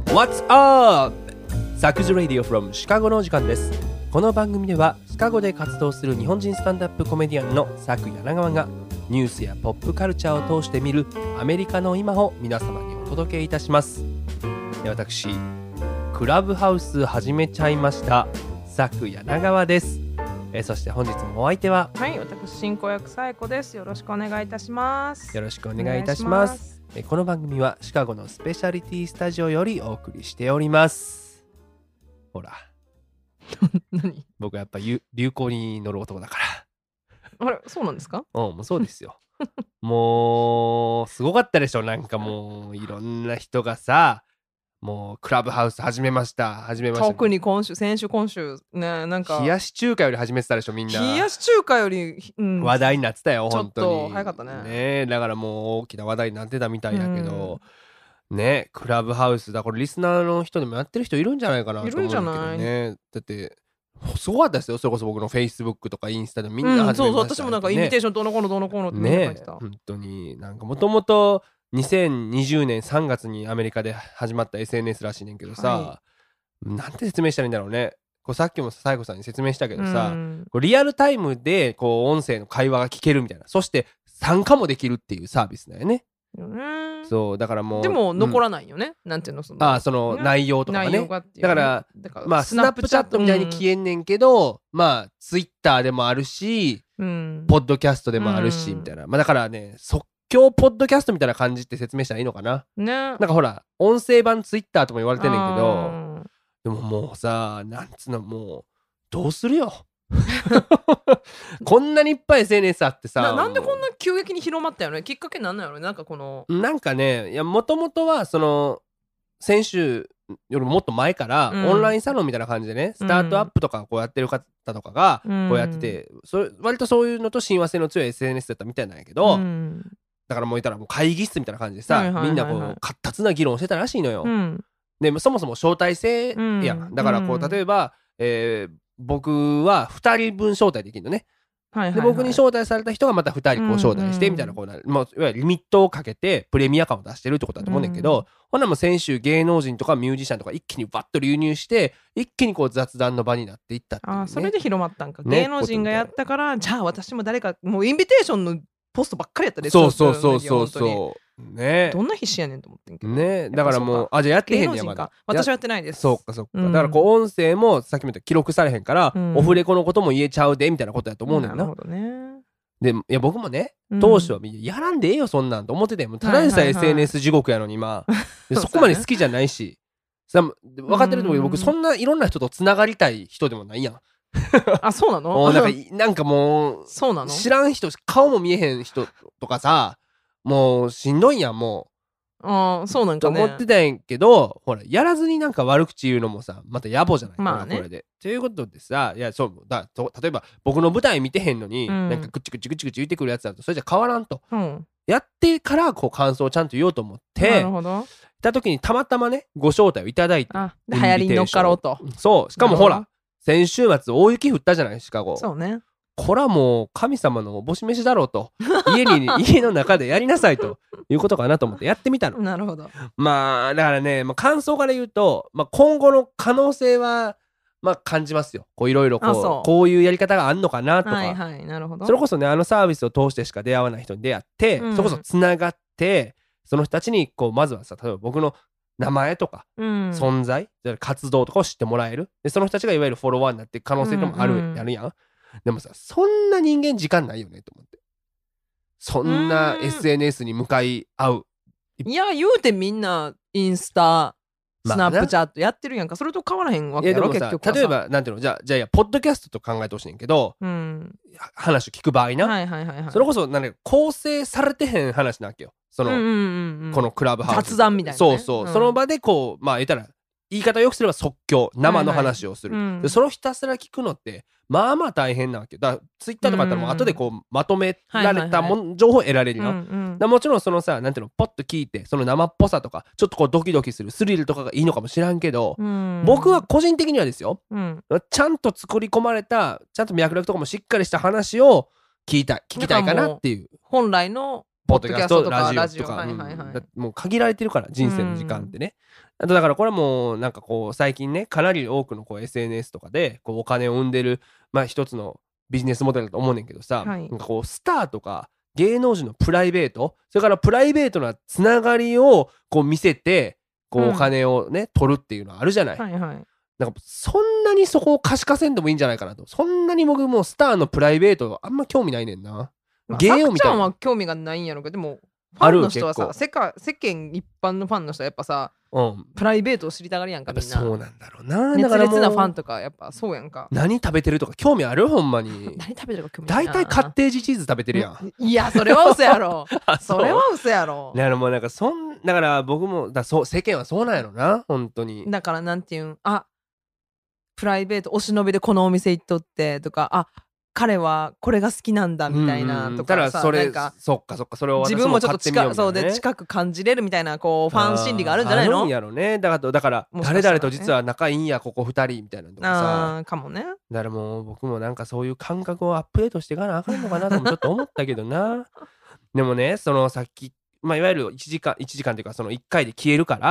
What's up? サクズラディオ from シカゴのお時間です。この番組ではシカゴで活動する日本人スタンドアップコメディアンのサク柳川がニュースやポップカルチャーを通して見るアメリカの今を皆様にお届けいたします。私クラブハウス始めちゃいましたサク柳川です。そして本日もお相手は、 はい、私進行役さえこです。よろしくお願いいたします。 よろしくお願いいたします。この番組はシカゴのスペシャリティスタジオよりお送りしております。ほら何？ 僕はやっぱ流行に乗る男だから。あれ、そうなんですか？ もうそうですよもうすごかったでしょ。なんかもういろんな人がさ、もうクラブハウス始めました、 特に先週今週ね、なんか冷やし中華より始めてたでしょみんな。 冷やし中華より、 話題になってたよ本当に。 ちょっと早かったね。だからもう大きな話題になってたみたいやけど、ね、クラブハウスだ。これリスナーの人でもやってる人いるんじゃないかなと思うんだけどね。だってすごかったですよ。それこそ僕の Facebook とかインスタでみんな始めました、ね。 そう私もなんかインビテーションどの子のってみんな書いてた。 本当になんかもともと2020年3月にアメリカで始まった SNS らしいねんけどさ、なんて説明したらいいんだろうね。こうさっきもサイコさんに説明したけどさ、こうリアルタイムでこう音声の会話が聞けるみたいな、そして参加もできるっていうサービスだよね。そうだからもうでも残らないよね、なんていうの、その内容とかね。だからまあスナップチャットみたいに消えんねんけど、まあツイッターでもあるし、ポッドキャストでもあるしみたいな。まあだからね、即興ポッドキャストみたいな感じって説明したらいいのかな。なんかほら音声版ツイッターとも言われてんねんけど、でももうさ、なんつうの、もうどうするよこんなにいっぱい SNS あってさ、 なんでこんな急激に広まったよね。きっかけなんなんやろ。なんかこのなんかね、いやもともとはその先週よりもっと前から、オンラインサロンみたいな感じでね、スタートアップとかこうやってる方とかがこうやってて、割とそういうのと親和性の強い SNS だったみたいなんやけど、だからもう言ったらもう会議室みたいな感じでさ、みんなこう活発な議論してたらしいのよ。でそもそも招待制やん。だからこう例えば、僕は2人分招待できるのね。で僕に招待された人がまた2人こう招待してみたいな、こうなる、もういわゆるリミットをかけてプレミア感を出してるってことだと思うねんけど、ほんならもう先週芸能人とかミュージシャンとか一気にバッと流入して一気にこう雑談の場になっていったっていう、ね。 それで広まったんか、芸能人がやったから、じゃあ私も誰か、もうインビテーションのポストばっかりやったで。 そうね。 どんな必死やねんと思ってんけどね。だからもうじゃあやってへんねや。まだ私はやってないです。 そうか、だからこう音声もさっきも言った記録されへんから、オフレコのことも言えちゃうでみたいなことやと思うねんな。 なるほどね。 でいや僕もね、当初はやらんでええよそんなんと思ってて、ただでさえ SNS 地獄やのに今そこまで好きじゃないしさ、分かってると思うけど、僕そんないろんな人とつながりたい人でもないやんあ、そうなの？ なんかもうそうなの？ 知らん人、顔も見えへん人とかさ、もうしんどいやんもう。 そうなんかねと思ってたんやけど、ほらやらずになんか悪口言うのもさまた野暮じゃない。 まあね、 これでということでさ、いやそうだ例えば僕の舞台見てへんのに、なんかぐちぐち言ってくるやつだとそれじゃ変わらんと、やってからこう感想をちゃんと言おうと思ってなるほど。 行った時にたまたまねご招待をいただいて、 流行りに乗っかろうと。 そうしかもほら先週末大雪降ったじゃないシカゴ。 そうね。 これはもう神様のおぼし飯だろうと家の中でやりなさいということかなと思ってやってみたの。 なるほど。 まあだからね、感想から言うと、今後の可能性は感じますよ。こういろいろこういうやり方があんのかなとか、 なるほど。 それこそねサービスを通してしか出会わない人に出会って、それこそつながってその人たちにこうまずはさ、例えば僕の名前とか、存在活動とかを知ってもらえる。でその人たちがいわゆるフォロワーになっていく可能性でもあるやん。でもさ、そんな人間時間ないよねと思って。そんな SNS に向かい合う。 いや言うてみんなインスタスナップチャットやってるやんか。それと変わらへんわけやろ。結局例えばなんていうの、じゃあポッドキャストと考えてほしいねんけど、話を聞く場合な、それこそなんか構成されてへん話なわけよ。そのこのクラブハウス雑談みたいな、ね、 その場でこう言ったら言い方をよくすれば即興生の話をする、でそれをひたすら聞くのってまあまあ大変なわけだ。ツイッターとかだったらもう後でこうまとめられた情報を得られるよ。もちろんそのさ、なんていうの、ポッと聞いてその生っぽさとかちょっとこうドキドキするスリルとかがいいのかもしらんけど、僕は個人的にはですよ、ちゃんと作り込まれたちゃんと脈絡とかもしっかりした話を聞きたいかなっていう。 本来のポッドキャストラジオとかもう限られてるから人生の時間ってね。 あとだからこれもなんかこう最近ねかなり多くのこう SNS とかでこうお金を生んでる一つのビジネスモデルだと思うねんけどさ、なんかこうスターとか芸能人のプライベート、それからプライベートなつながりをこう見せてこうお金をね、取るっていうのはあるじゃない。なんかそんなにそこを可視化せんでもいいんじゃないかなと。そんなに僕もうスターのプライベートあんま興味ないねんな。 芸を見たいな。さくちゃんは興味がないんやろうけど、でもファンの人はさ、世間一般のファンの人はやっぱさ、プライベートを知りたがりやんか、みんな。 そうなんだろうな。 熱烈なファンとかやっぱそうやんか。 何食べてるとか興味ある？ほんまに。 何食べてるか興味ないな。 大体カッテージチーズ食べてるやん。 いや、それは嘘やろ。それは嘘やろ。 もうなんかだから僕も世間はそうなんやろな、本当に。 だからなんていうん、プライベートお忍びでこのお店行っとってとか、彼はこれが好きなんだみたいなとかさ、なんかそっかそれを自分もちょっと近く感じれるみたいなこうファン心理があるんじゃないの？ あるんやろね。だから誰々と実は仲いいんやここ2人みたいなのとかさ、 かもね。 だからもう僕もなんかそういう感覚をアップデートしていかなあかんのかなともちょっと思ったけどな。でもね、そのさっきいわゆる1時間というかその1回で消えるから、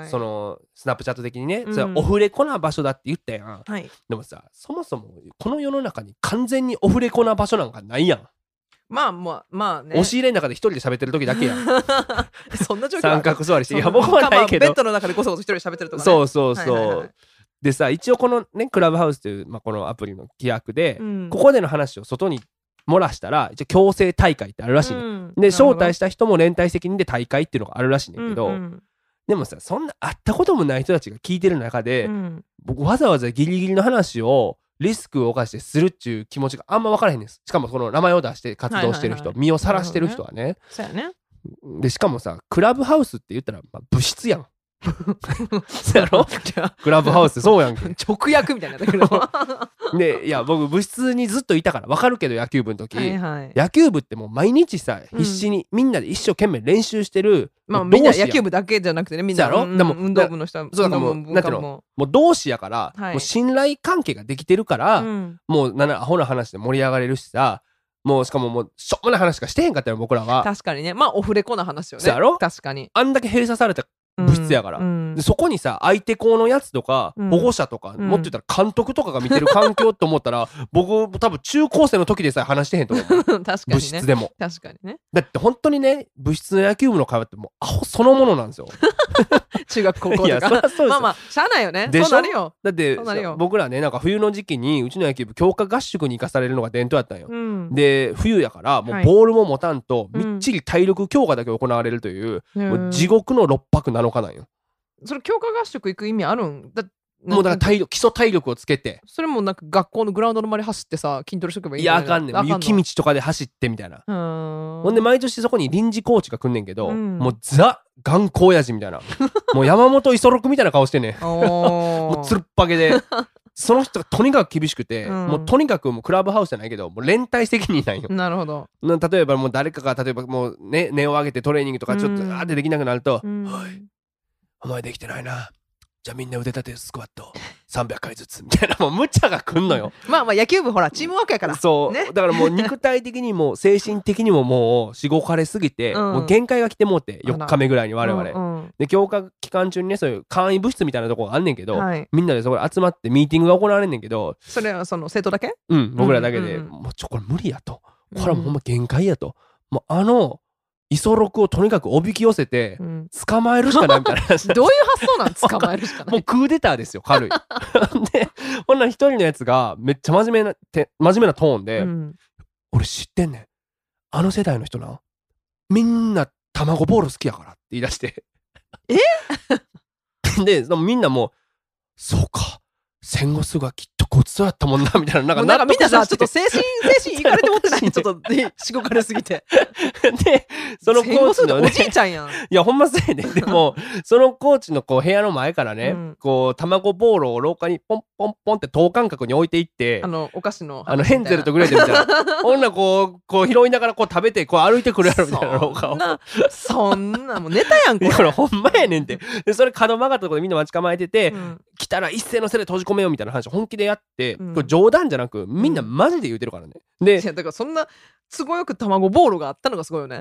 そのスナップチャット的にね、それはオフレコな場所だって言ったやん。でもさ、そもそもこの世の中に完全にオフレコな場所なんかないやん。 まあね。 押し入れの中で一人で喋ってる時だけやん。 そんな状況。 三角座りして、いや僕はないけど。 ベッドの中でこそこそ一人で喋ってるとかね。 そう。でさ、一応このねクラブハウスというこのアプリの規約で、ここでの話を外に漏らしたら一応強制大会ってあるらしいね、で招待した人も連帯責任で大会っていうのがあるらしいねんけど、でもさ、そんな会ったこともない人たちが聞いてる中で、僕わざわざギリギリの話をリスクを冒してするっていう気持ちがあんま分からへんです。しかもその名前を出して活動してる人、身をさらしてる人はね。 そうやね。 でしかもさ、クラブハウスって言ったら物質やん。そうやろ？クラブハウスそうやんけ。 直訳みたいなだけど。 で、いや僕部室にずっといたから分かるけど、野球部の時、野球部ってもう毎日さ必死にみんなで一生懸命練習してる、 みんな野球部だけじゃなくてね、みんな運動部の人はそうだもう同志やから、もう信頼関係ができてるから、もうアホな話で盛り上がれるしさ、もうしかももうしょうもない話しかしてへんかったよ僕らは。 確かにね、オフレコな話よね。 そうやろ？ 確かに。 あんだけ閉鎖された物質やから、でそこにさ相手校のやつとか、保護者とか、もっと言ったら監督とかが見てる環境って思ったら僕多分中高生の時でさえ話してへんと思う。 確かにね。 部室でも確かにね。 だって本当にね、部室の野球部の会話ってもうアホそのものなんですよ。 中学高校とか。 いやそりゃそうですよ。 しゃあないよね。 でしょ？ そうなるよ。 だって僕らね、なんか冬の時期にうちの野球部強化合宿に行かされるのが伝統やったんよ、で冬やからもうボールも持たんと、みっちり体力強化だけ行われるという、もう地獄の6泊7日なんよ。 それ強化合宿行く意味あるんだ？ もうだから基礎体力をつけて、 それもなんか学校のグラウンドの周り走ってさ筋トレしとけばいいんじゃない？いやあかんねん。雪道とかで走ってみたいな。ほんで毎年そこに臨時コーチが来んねんけど、もうザ頑固親父みたいなもう山本五十六みたいな顔してねもうつるっぱげでその人がとにかく厳しくて、もうとにかくもうクラブハウスじゃないけどもう連帯責任なんよ。 なるほど。 例えばもう誰かが例えばもうね根を上げてトレーニングとかちょっとってできなくなると、はいお前できてないな、じゃあみんな腕立てスクワット300回ずつみたいな、もう無茶が来んのよ。 野球部ほらチームワークやから。 そう、ね、だからもう肉体的にも精神的にももうしごかれすぎて、もう限界が来てもうて4日目ぐらいに我々、で強化期間中にねそういう簡易部室みたいなとこがあんねんけど、みんなでそこで集まってミーティングが行われんねんけど、 それはその生徒だけ？ 僕らだけで、もうこれ無理やと、これはもうほんま限界やと、もうイソロクをとにかくおびき寄せて捕まえるしかないみたいな話。 どういう発想なん捕まえるしかない。 もうクーデターですよ、軽い。でほんなら一人のやつがめっちゃ真面目なトーンで、俺知ってんねん、あの世代の人なみんな卵ボール好きやからって言い出してでみんなもうそうか戦後すぐはきっとごちそうやったもんなみたいな、 なんかみんなさちょっと精神いかれて持ってないちょっとしごかれすぎてでそのコーチのねおじいちゃんやん。 いやほんまそうやね。でもそのコーチのこう部屋の前からね、こう卵ボールを廊下にポンポンポンって等間隔に置いていって、 お菓子のヘンゼルとグレーテルみたいなほんなこう拾いながらこう食べてこう歩いてくるやろみたいな廊下を。 そんなもうネタやんこれ。 これほんまやねんって。でそれ角曲がったところでみんな待ち構えてて、来たら一斉のせいで閉じ込めようみたいな話を本気でやって、これ冗談じゃなくみんなマジで言うてるからね。でいやだからそんな都合よく卵ボールがあったのがすごいよね。 いやバ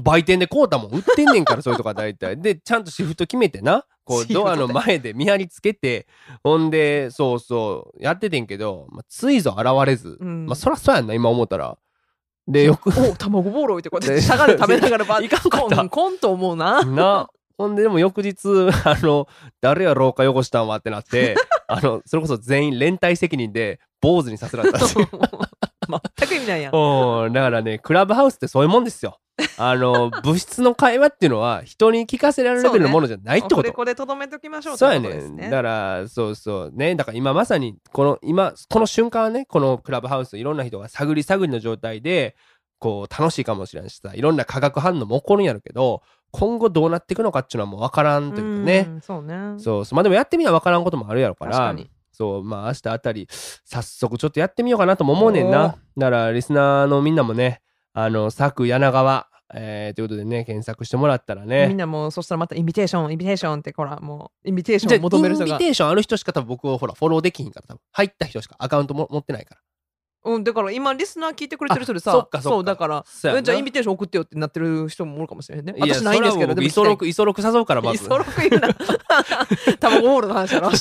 売店で買うたもん売ってんねんからそういうとこは大体でちゃんとシフト決めてなこうドアの前で見張りつけてほんでそうそうやっててんけど、ついぞ現れず、そらそうやんな今思ったらでよく卵ボール置いてこうやってしゃがんで食べながらいかんかったコンと思うなほんででも翌日誰や廊下汚したんわってなってそれこそ全員連帯責任で坊主にさせられたし全く意味ないやんだからねクラブハウスってそういうもんですよ物質の会話っていうのは人に聞かせられるレベルのものじゃないってこと。 これとどめときましょうそうやね。だからそうそうね。だから今まさにこの瞬間はねこのクラブハウスいろんな人が探りの状態でこう楽しいかもしれんしさいろんな化学反応も起こるんやるけど今後どうなっていくのかっていうのはもう分からんというかね。 そうね。 そうまあでもやってみな分からんこともあるやろから。 確かに。 そう明日あたり早速ちょっとやってみようかなとも思うねんな。だからリスナーのみんなもね佐久柳川ということでね検索してもらったらねみんなもそしたらまたインビテーションってほらもうインビテーションを求める人がインビテーションある人しか多分僕をフォローできひんから多分入った人しかアカウントも持ってないからだから今リスナー聞いてくれてる人でさそうだからじゃあインビテーション送ってよってなってる人もおるかもしれへんね。私ないんですけどイソロク誘うからまずイソロク言うな卵ボールの話やろ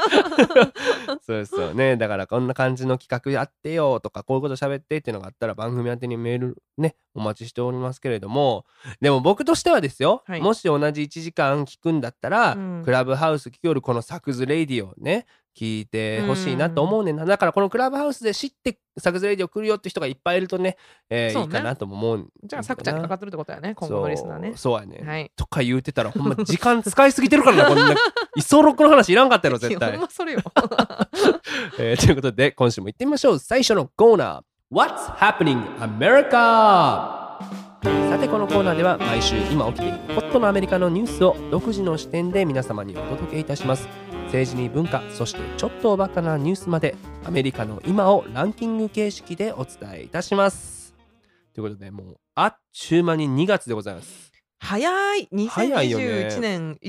そうねだからこんな感じの企画やってよとかこういうこと喋ってっていうのがあったら番組宛てにメールねお待ちしておりますけれどもでも僕としてはですよ、もし同じ1時間聞くんだったら、クラブハウス聞きよるこのサクズレディをね聞いてほしいなと思うねんな。だからこのクラブハウスで知ってサクズレディオ来るよって人がいっぱいいるとね、いいかなとも思う。 じゃあサクちゃんにかかってるってことやね今後のリスナーね。 そうやね、とか言うてたらほんま時間使いすぎてるからなこんなイソロクの話いらんかったやろ絶対。 ほんまそれよということで今週も行ってみましょう。最初のコーナー What's Happening America。さてこのコーナーでは毎週今起きているホットのアメリカのニュースを独自の視点で皆様にお届けいたします。政治に文化そしてちょっとおバカなニュースまでアメリカの今をランキング形式でお伝えいたします。ということでもうあっちゅう間に2月でございます。 早い2021年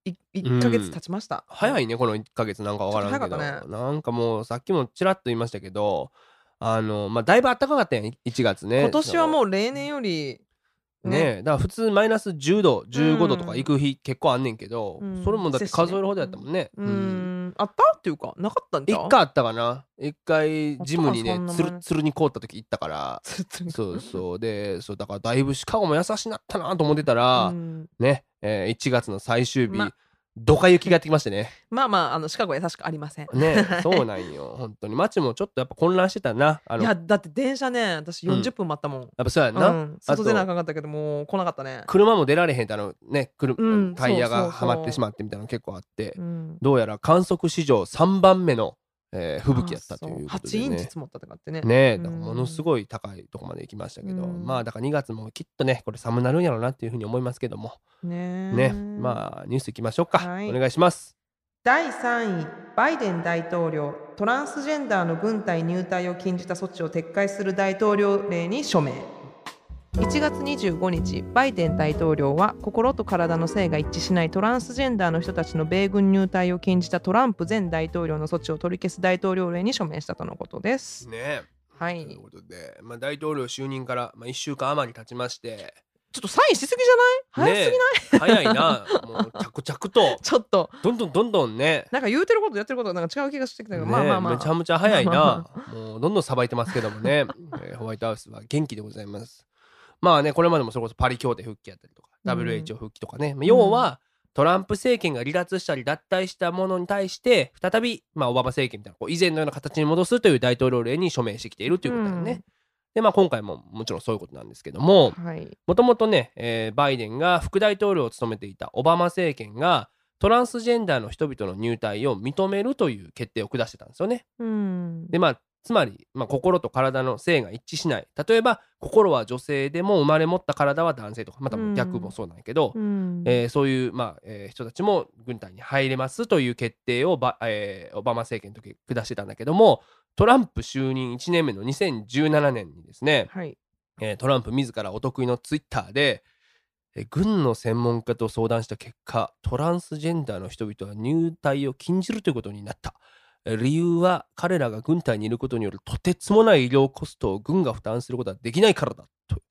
1ヶ月経ちました、 早いねこの1ヶ月なんかわからんけど、なんかもうさっきもちらっと言いましたけどだいぶ暖かかったやん1月ね。 今年はもう例年よりねだから普通マイナス10度15度とか行く日結構あんねんけど、それもだって数えるほどやったもんね。 あったっていうかなかったんじゃん。 1回あったかな。1回ジムにねつるに凍った時行ったからそうでそうだからだいぶシカゴも優しなったなと思ってたら、ね1月の最終日、ドカ雪がやってきましてね。 まあシカゴ優しくありませんね。そうなんよ本当に街もちょっとやっぱ混乱してたな。 いやだって電車ね私40分待ったもん。やっぱそうやんな。 外出なあかんかったけどもう来なかったね。 車も出られへんってタイヤがはまってしまってみたいなの結構あって、どうやら観測史上3番目の吹雪やったということでね。 8インチ積もったってかってね。 ねだからものすごい高いとこまで行きましたけど、まあだから2月もきっとねこれ寒なるんやろうなっていうふうに思いますけどもねまあニュースいきましょうか。お願いします。 第3位バイデン大統領トランスジェンダーの軍隊入隊を禁じた措置を撤回する大統領令に署名。1月25日バイデン大統領は心と体の性が一致しないトランスジェンダーの人たちの米軍入隊を禁じたトランプ前大統領の措置を取り消す大統領令に署名したとのことですね。 はい。 ということで、大統領就任から、1週間余り経ちましてちょっとサインしすぎじゃない？早すぎない？ 早いなもう着々とちょっとどんどんねなんか言うてることやってることがなんか違う気がしてきたけど、まあめちゃめちゃ早いなもうどんどんさばいてますけどもねホワイトハウスは元気でございます。まあねこれまでもそれこそパリ協定復帰やったりとか、WHO 復帰とかね、要はトランプ政権が離脱したり脱退したものに対して再び、オバマ政権みたいな以前のような形に戻すという大統領令に署名してきているということだよね。で今回ももちろんそういうことなんですけども、もともとね、バイデンが副大統領を務めていたオバマ政権がトランスジェンダーの人々の入隊を認めるという決定を下してたんですよね。でつまり、心と体の性が一致しない。例えば心は女性でも生まれ持った体は男性とかまた逆もそうなんやけど、そういう、人たちも軍隊に入れますという決定をオバマ政権の時下してたんだけども、トランプ就任1年目の2017年にですね、トランプ自らお得意のツイッターで軍の専門家と相談した結果トランスジェンダーの人々は入隊を禁じるということになった。理由は彼らが軍隊にいることによるとてつもない医療コストを軍が負担することはできないからだと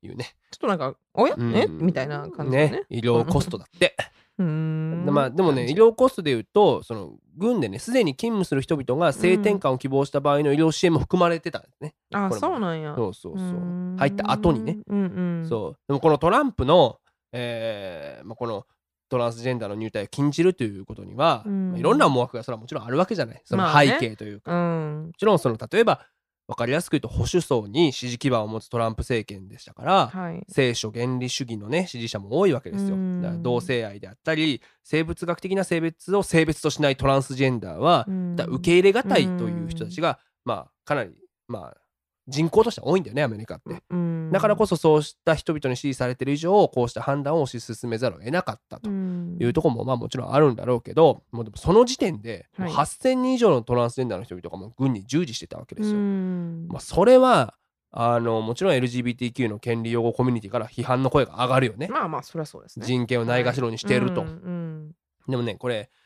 いうね。 ちょっとなんかおや、みたいな感じでね。 医療コストだって。でもね、医療コストでいうとその軍でねすでに勤務する人々が性転換を希望した場合の医療支援も含まれてたんですね。 そうなんや。 そう入った後にね。そうでもこのトランプの、このトランスジェンダーの入隊を禁じるということには、いろんな思惑がそれはもちろんあるわけじゃない。その背景というか、もちろんその例えば分かりやすく言うと保守層に支持基盤を持つトランプ政権でしたから、聖書原理主義のね支持者も多いわけですよ。だから同性愛であったり生物学的な性別を性別としないトランスジェンダーは、受け入れがたいという人たちが、かなり人口としては多いんだよねアメリカって。だからこそそうした人々に支持されている以上こうした判断を推し進めざるを得なかったというところももちろんあるんだろうけど、もうでもその時点で8000人以上のトランスジェンダーの人々がもう軍に従事してたわけですよ。それはもちろん LGBTQ の権利擁護コミュニティから批判の声が上がるよね。 そりゃそうですね。 人権をないがしろにしていると。でもねこれ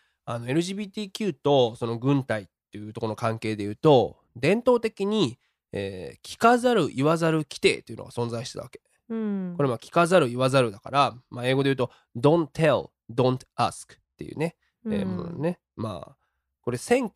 LGBTQ とその軍隊っていうところの関係でいうと伝統的に聞かざる言わざる規定というのが存在してたわけ。これ聞かざる言わざるだから、英語で言うと Don't tell, don't ask っていうね、ものね。これ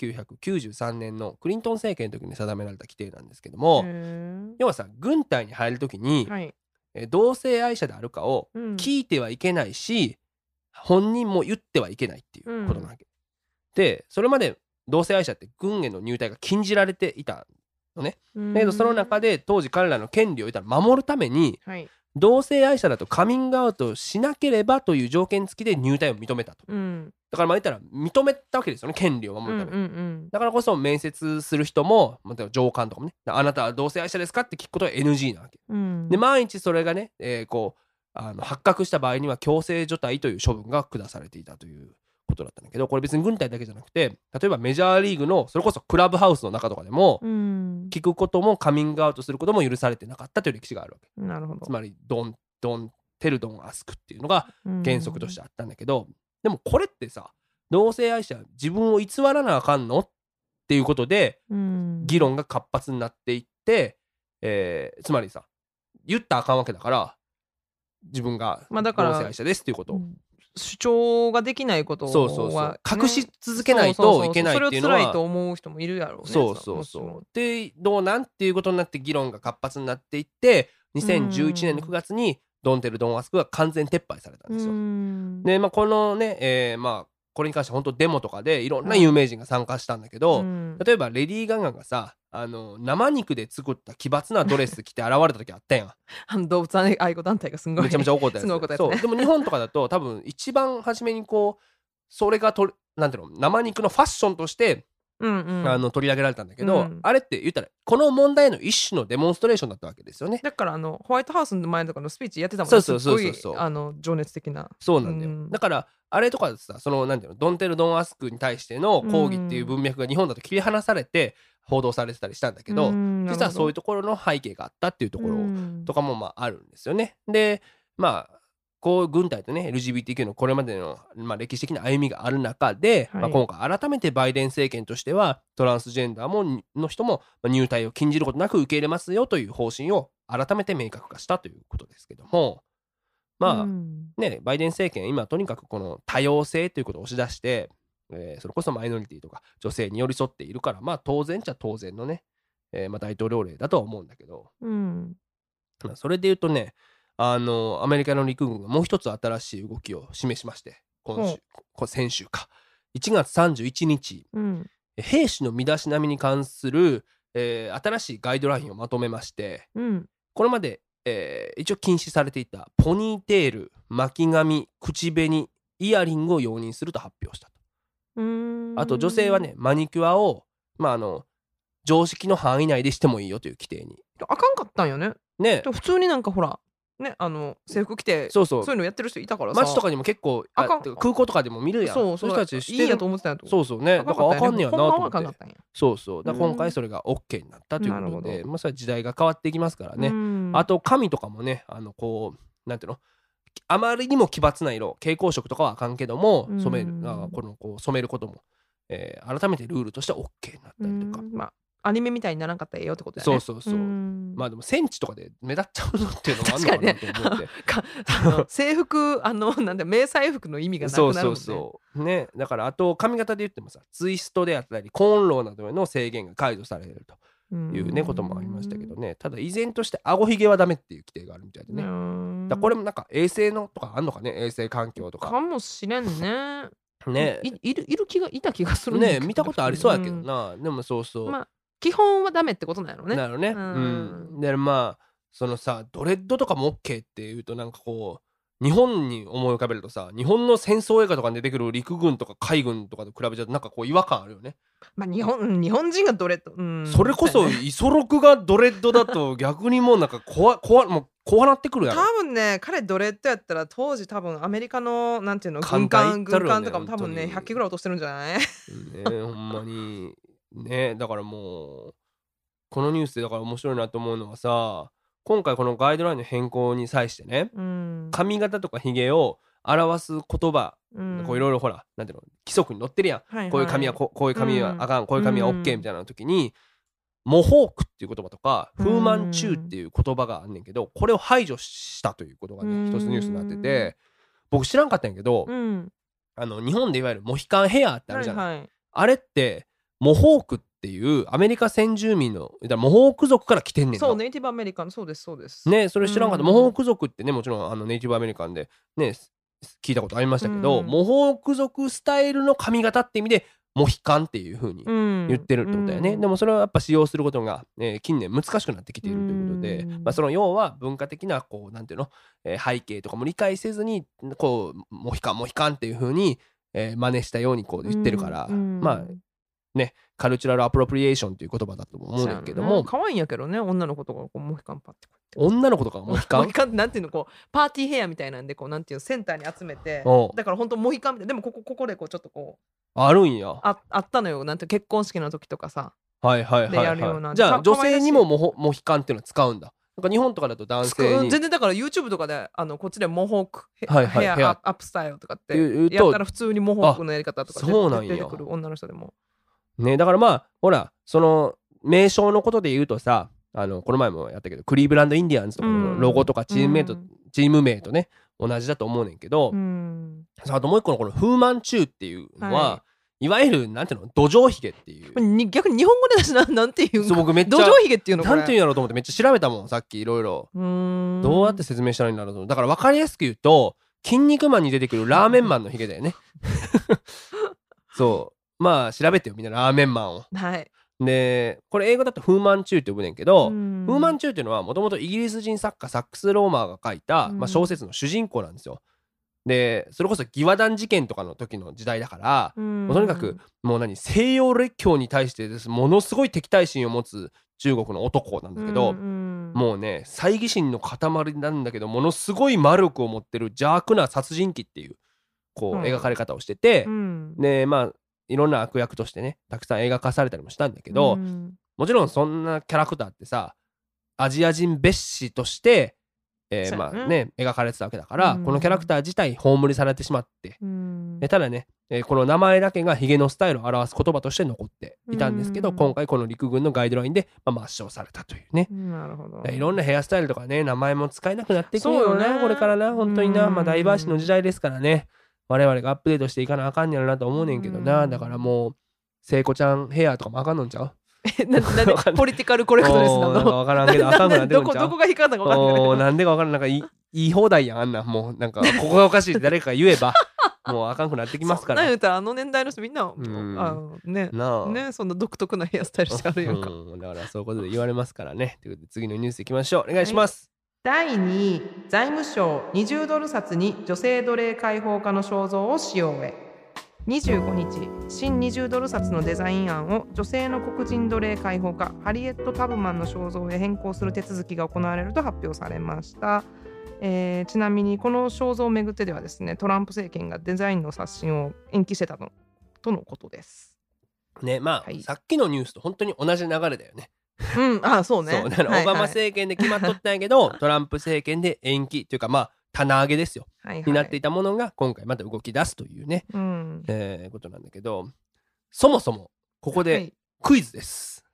1993年のクリントン政権の時に定められた規定なんですけども、要はさ軍隊に入る時に、同性愛者であるかを聞いてはいけないし、本人も言ってはいけないっていうことなわけ。でそれまで同性愛者って軍への入隊が禁じられていたのね。だけどその中で当時彼らの権利を守るために、同性愛者だとカミングアウトしなければという条件付きで入隊を認めたと。だから言ったら認めたわけですよね、権利を守るために。だからこそ面接する人も上官とかもね、あなたは同性愛者ですかって聞くことは NG なわけ。で万一それがね、発覚した場合には強制除隊という処分が下されていたということだったんだけど、これ別に軍隊だけじゃなくて例えばメジャーリーグのそれこそクラブハウスの中とかでも、聞くこともカミングアウトすることも許されてなかったという歴史があるわけ。 なるほど。 つまりドンテルドンアスクっていうのが原則としてあったんだけど、でもこれってさ同性愛者自分を偽らなあかんのっていうことで議論が活発になっていって、つまりさ言ったらあかんわけだから自分が同性愛者ですっていうことを、 主張ができないことは、 隠し続けないといけないっていうのはそれを辛いと思う人もいるやろうね。 でどうなんっていうことになって議論が活発になっていって2011年の9月にドンテルドンアスクが完全撤廃されたんですよ。でこのね、これに関して本当デモとかでいろんな有名人が参加したんだけど、例えばレディー・ガガがさ生肉で作った奇抜なドレス着て現れた時あったやん。 動物愛護団体がすごいめちゃめちゃ怒ったやつ。そうでも日本とかだと多分一番初めにそれがなんていうの生肉のファッションとして取り上げられたんだけど、あれって言ったらこの問題の一種のデモンストレーションだったわけですよね。 だからホワイトハウスの前とかのスピーチやってたもんね。すごい情熱的な。 そうなんだよ。だからあれとかでさなんていうのドンテルドンアスクに対しての抗議っていう文脈が日本だと切り離されて報道されてたりしたんだけど、実はそういうところの背景があったっていうところとかもあるんですよね。でこう軍隊とね LGBTQ のこれまでの、歴史的な歩みがある中で、今回改めてバイデン政権としてはトランスジェンダーの人も入隊を禁じることなく受け入れますよという方針を改めて明確化したということですけども、バイデン政権今とにかくこの多様性ということを押し出して、それこそマイノリティとか女性に寄り添っているから当然っちゃ当然のね、大統領令だとは思うんだけど、それで言うとねアメリカの陸軍がもう一つ新しい動きを示しまして、先週か1月31日、兵士の身だしなみに関する、新しいガイドラインをまとめまして、これまで、一応禁止されていたポニーテール、巻き髪、口紅、イヤリングを容認すると発表したと。あと女性はねマニキュアを常識の範囲内でしてもいいよという規定に。 あかんかったんよね。普通になんかほらね、制服着てそういうのやってる人いたからさ、 街とかにも結構空港とかでも見るやん。そういう人たちしてるいいやと思ってたんやと。 そうね、だからあかんねやなと思って。だから今回それが OK になったということで、それは時代が変わっていきますからね。あと髪とかもねなんていうのあまりにも奇抜な色蛍光色とかはあかんけども染めることも、改めてルールとして OK になったりとか。 アニメみたいにならんかったらええよってことだよね。 そうそうそう。まあでも戦地とかで目立っちゃうのっていうのもあるのかなと思って制服なんだ迷彩服の意味がなくなるもんね。 そうね。だからあと髪型で言ってもさ、ツイストであったりコーンローなどへの制限が解除されるというねこともありましたけどね。ただ依然として顎ひげはダメっていう規定があるみたいでね。だこれもなんか衛生のとかあんのかね、衛生環境とか。 かもしれんね。 ね、 いた気がするね。見たことありそうやけどな。でもそうそう。 まあ基本はダメってことなのね。 なるね。でまあそのさドレッドとかも OK っていうとなんかこう日本に思い浮かべるとさ、日本の戦争映画とかに出てくる陸軍とか海軍とかと比べちゃうとなんかこう違和感あるよね。 まあ日本人がドレッド、 それこそイソロクがドレッドだと逆にもうなんか怖なってくるやろ。 多分ね彼ドレッドやったら当時多分アメリカのなんていうの軍艦とかも多分ね100機ぐらい落としてるんじゃない？ ねほんまにね。だからもうこのニュースでだから面白いなと思うのはさ、今回このガイドラインの変更に際してね、髪型とかひげを表す言葉、こういろいろほらなんていうの規則に載ってるやん、こういう髪はこういう髪はあかん、こういう髪は OK みたいな時に、モホークっていう言葉とかフーマンチューっていう言葉があんねんけど、これを排除したということがね一つニュースになってて、僕知らんかったんやけど、日本でいわゆるモヒカンヘアってあるじゃない、あれってモホークっていうアメリカ先住民のモホーク族から来てんねんな。 そうネイティブアメリカン、そうですね。それ知らんかった。モホーク族ってねもちろんネイティブアメリカンでね聞いたことありましたけど、モホーク族スタイルの髪型って意味でモヒカンっていう風に言ってるってことだよね。でもそれはやっぱ使用することが、近年難しくなってきているということで、その要は文化的なこうなんていうの、背景とかも理解せずにこうモヒカンっていう風に、真似したようにこう言ってるから、まあね、カルチュラルアプロプリエーションっていう言葉だと思うんだけども、 可愛いんやけどね、女の子とかこうモヒカンパって女の子とかモヒカンってなんていうの、こうパーティーヘアみたいなんでこうなんていうセンターに集めて、だから本当モヒカンみたいな。でもここでこうちょっとこうあるんや。 あったのよ。なんて結婚式の時とかさ、 はいでやるような。じゃあ女性にもモヒカンっていうのは使うんだ。なんか日本とかだと男性に全然だから YouTube とかでこっちでモホークヘアアップスタイルとかってやったら普通にモホークのやり方とか出てくる女の人でもね。だからまあほらその名称のことで言うとさ、この前もやったけどクリーブランドインディアンズとかのロゴとかチーム名とね同じだと思うねんけど、あともう一個のこのフーマンチューっていうのは、いわゆるなんていうの土壌ひげっていう、 逆に日本語で私なんていうの、 僕めっちゃ土壌ひげっていうのなんていうんやろうと思ってめっちゃ調べたもんさっきいろいろ。どうやって説明したらいいんだろうと思う。だから分かりやすく言うと筋肉マンに出てくるラーメンマンのひげだよねそうまあ調べてよみんなラーメンマンを。でこれ英語だとフーマンチューって呼ぶねんけど、フーマンチューっていうのはもともとイギリス人作家サックス・ローマーが書いた、小説の主人公なんですよ。でそれこそ義和団事件とかの時の時代だから、とにかくもう西洋列強に対してものすごい敵対心を持つ中国の男なんだけど、もうね猜疑心の塊なんだけどものすごい魔力を持ってる邪悪な殺人鬼っていうこう描かれ方をしてて、でまあいろんな悪役としてねたくさん映画化されたりもしたんだけど、もちろんそんなキャラクターってさアジア人蔑視としてまあね描かれてたわけだから、このキャラクター自体葬りされてしまって、ただね、この名前だけがヒゲのスタイルを表す言葉として残っていたんですけど、今回この陸軍のガイドラインで、抹消されたというね。 なるほど。 いろんなヘアスタイルとかね名前も使えなくなっていくよな、これからな本当にな。ダイバーシティの時代ですからね、我々がアップデートしていかなあかんねやろなと思うねんけどな。だからもう聖子ちゃんヘアとかもあかんのんちゃうなんでポリティカルコレクトですなの？ 分からんけどあかんくなってるんちゃう？ どこが引っかかったか分かんないけど、 なんでか分からん。なんか言い放題やんあんな。もうなんかここがおかしいって誰かが言えばもうあかんくなってきますから。 そんなん言うたら年代の人みんなねそんな独特なヘアスタイルしてあるやんか。 だからそういうことで言われますからね。ということで次のニュースいきましょう。お願いします。 第2位、財務省20ドル札に女性奴隷解放家の肖像を使用へ。25日、新20ドル札のデザイン案を女性の黒人奴隷解放家ハリエット・タブマンの肖像へ変更する手続きが行われると発表されました。ちなみにこの肖像をめぐってではですね、トランプ政権がデザインの刷新を延期してたとのことですね。まあ、さっきのニュースと本当に同じ流れだよね。 そうね。 そうだからオバマ政権で決まっとったんやけど、トランプ政権で延期っていうか棚上げですよ、になっていたものが今回また動き出すというね、ことなんだけど、そもそもここでクイズです。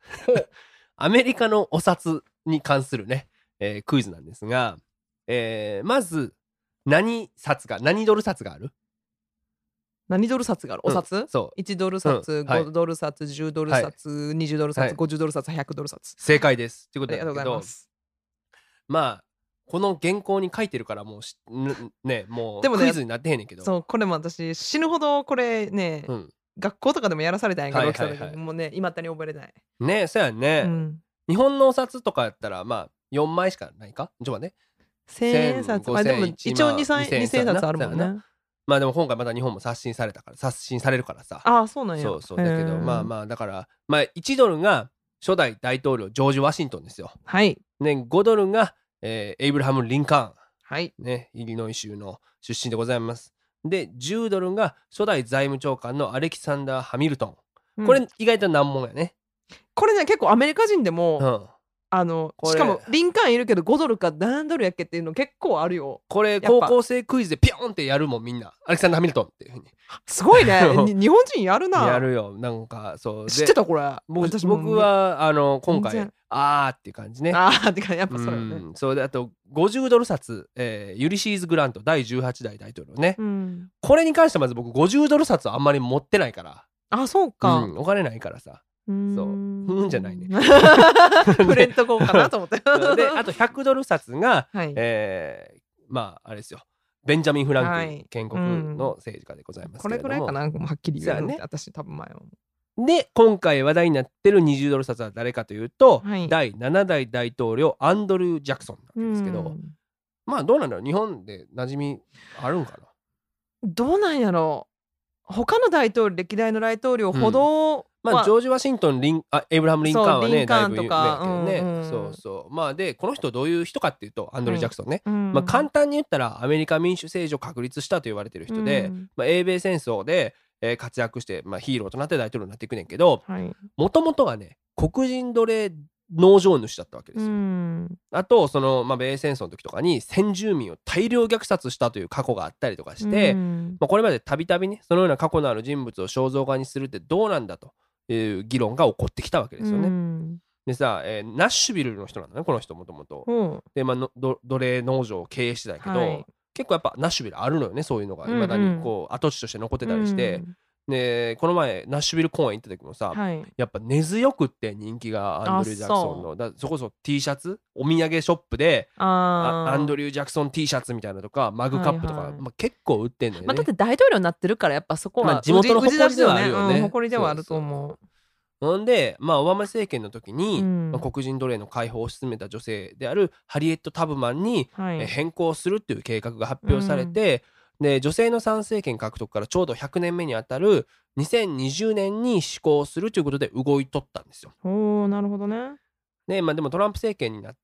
アメリカのお札に関するね、クイズなんですが、まず何ドル札がある？ 何ドル札がある？お札、 そう 1ドル札、 はい 5ドル札、10ドル札、20ドル札、50ドル札、100ドル札。 正解ですというこありがとうございとなんだけど、 ます。 まあこの原稿に書いてるからもうでもねクイズになってへんねんけど、 そう、これも私死ぬほどこれね、学校とかでもやらされたんやけど、起きた時にもうね、今だに覚えれない。 ね、そうやね、日本のお札とかやったらまあ4枚しかないか。ちょっと待って、 1000円札、でも一応2000円札あるもんね。 まあでも今回また日本も刷新されるからさ。 ああ、そうなんや。 そうだけど、まあまあだからまあ1ドルが初代大統領ジョージ・ワシントンですよ。 はい。 ね、5ドルが、エイブラハム・リンカーン、 はいね、イリノイ州の出身でございます。で10ドルが初代財務長官のアレキサンダー・ハミルトン、これ意外と難問やね。 これね結構アメリカ人でも、しかもリンカーンいるけど5ドルか何ドルやっけっていうの結構あるよ。 これ高校生クイズでピョンってやるもん、みんな。アレキサンダー・ハミルトンっていうふうに。 すごいね日本人やるな。 やるよ。なんかそう知ってたこれ。 僕は今回あーっていう感じね。 あーって感じ、やっぱそうよね。 そうで、あと50ドル札、ユリシーズ・グラント第18代大統領ね、これに関してはまず僕50ドル札はあんまり持ってないから。 あ、そうか、 お金ないからさ。そうじゃないね。 触れんとこうかなと思ってで、 あと100ドル札が、まああれですよ、ベンジャミン・フランクリン建国の政治家でございますけれども、 これくらいかな、はっきり言うね。私多分前は。 で今回話題になってる20ドル札は誰かというと、第7代大統領アンドルー・ジャクソンなんですけど、まあどうなんだろう、日本で馴染みあるんかな。 どうなんやろう。他の歴代の大統領ほど、 まあジョージ・ワシントン、エイブラハム・リンカーンはねだいぶ有名だけどね。そうまあでこの人どういう人かっていうと、アンドルー・ジャクソンね、まあ簡単に言ったらアメリカ民主政治を確立したと言われてる人で、英米戦争で活躍して、ヒーローとなって大統領になっていくねんけど、もともとはね黒人奴隷農場主だったわけですよ。あと米戦争の時とかに先住民を大量虐殺したという過去があったりとかして、これまでたびたびねそのような過去のある人物を肖像画にするってどうなんだという議論が起こってきたわけですよね。でさ、ナッシュビルの人なんだねこの人もともと。で奴隷農場を経営してたんやけど、結構やっぱナッシュビルあるのよね、そういうのがいまだにこう跡地として残ってたりして。でこの前ナッシュビル公園行った時もさ、やっぱ根強くって人気がアンドリュー・ジャクソンのそこそ T シャツ、お土産ショップでアンドリュー・ジャクソン T シャツみたいなとかマグカップとか、結構売ってんのよね。 だって大統領になってるからやっぱそこは地元の誇りではあるよね。 誇りではあると思う。 ほんでオバマ政権の時に、黒人奴隷の解放を進めた女性であるハリエット・タブマンに、変更するっていう計画が発表されて、で女性の参政権獲得からちょうど100年目にあたる2020年に施行するということで動いとったんですよ。 なるほどね。 でもトランプ政権になって、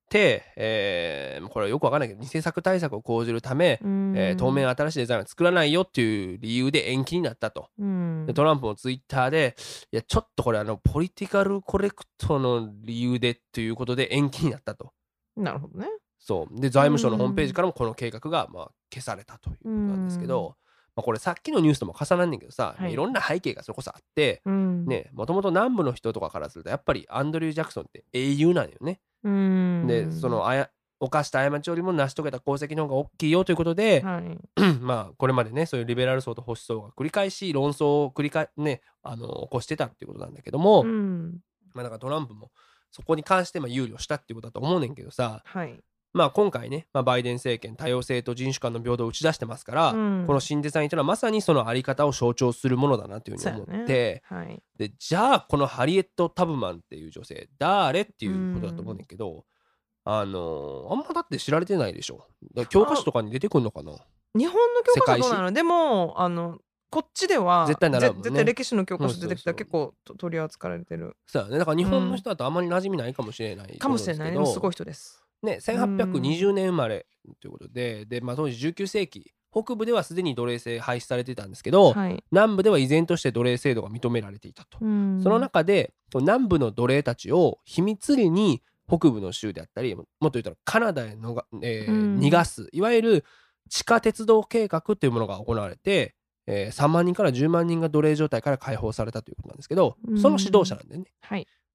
これはよくわかんないけど偽作対策を講じるため、当面新しいデザインは作らないよっていう理由で延期になったと。でトランプもツイッターでいやちょっとこれポリティカルコレクトの理由でということで延期になったと。 なるほどね。 そうで財務省のホームページからもこの計画が消されたということなんですけど、これさっきのニュースとも重なんねんけどさ、いろんな背景がそれこそあって、もともと南部の人とかからするとやっぱりアンドリュー・ジャクソンって英雄なんよね。で犯した過ちよりも成し遂げた功績の方が大きいよということで、これまでねそういうリベラル層と保守層が繰り返し論争を起こしてたっていうことなんだけども、だからトランプもそこに関して憂慮したっていうことだと思うねんけどさ、今回ね、バイデン政権多様性と人種間の平等を打ち出してますから、この新デザインというのはまさにそのあり方を象徴するものだなというふうに思って、でじゃあこのハリエット・タブマンっていう女性誰っていうことだと思うねんけど、あんまだって知られてないでしょ。教科書とかに出てくるのかな。 日本の教科書どうなの？でもこっちでは絶対習うもんね。 絶対歴史の教科書出てきたら結構取り扱われてる。 そうだね。だから日本の人だとあんまり馴染みないかもしれないかもしれないね。すごい人ですね。1820年生まれということで、当時19世紀北部ではすでに奴隷制廃止されてたんですけど、南部では依然として奴隷制度が認められていたと。その中で南部の奴隷たちを秘密裏に北部の州であったり、もっと言ったらカナダへ逃がす、いわゆる地下鉄道計画というものが行われて、3万人から10万人が奴隷状態から解放されたということなんですけど、その指導者なんでね。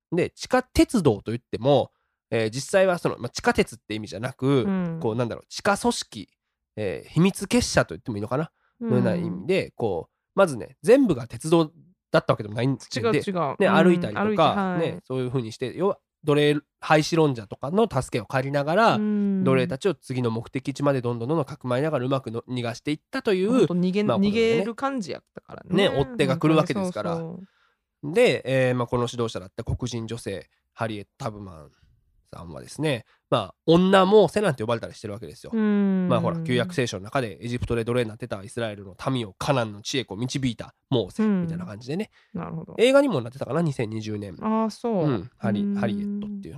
で地下鉄道といっても、実際はその、地下鉄って意味じゃなく、こうなんだろう、地下組織、秘密結社と言ってもいいのかな、のような意味でこうまずね全部が鉄道だったわけでもないんです違う、 ね、歩いたりとか、 はいそういう風にして要は奴隷廃止論者とかの助けを借りながら、奴隷たちを次の目的地までどんどんかくまいながらうまく逃がしていったという、 逃げる感じやったからね。 追っ手が来るわけですから。 そうそうで、この指導者だった黒人女性ハリエット・タブマンさんはですね、女モーセなんて呼ばれたりしてるわけですよ。ほら旧約聖書の中でエジプトで奴隷になってたイスラエルの民をカナンの地へこう導いたモーセみたいな感じでね、 なるほど。 映画にもなってたかな、2020年。 そう、 ハリエットっていう、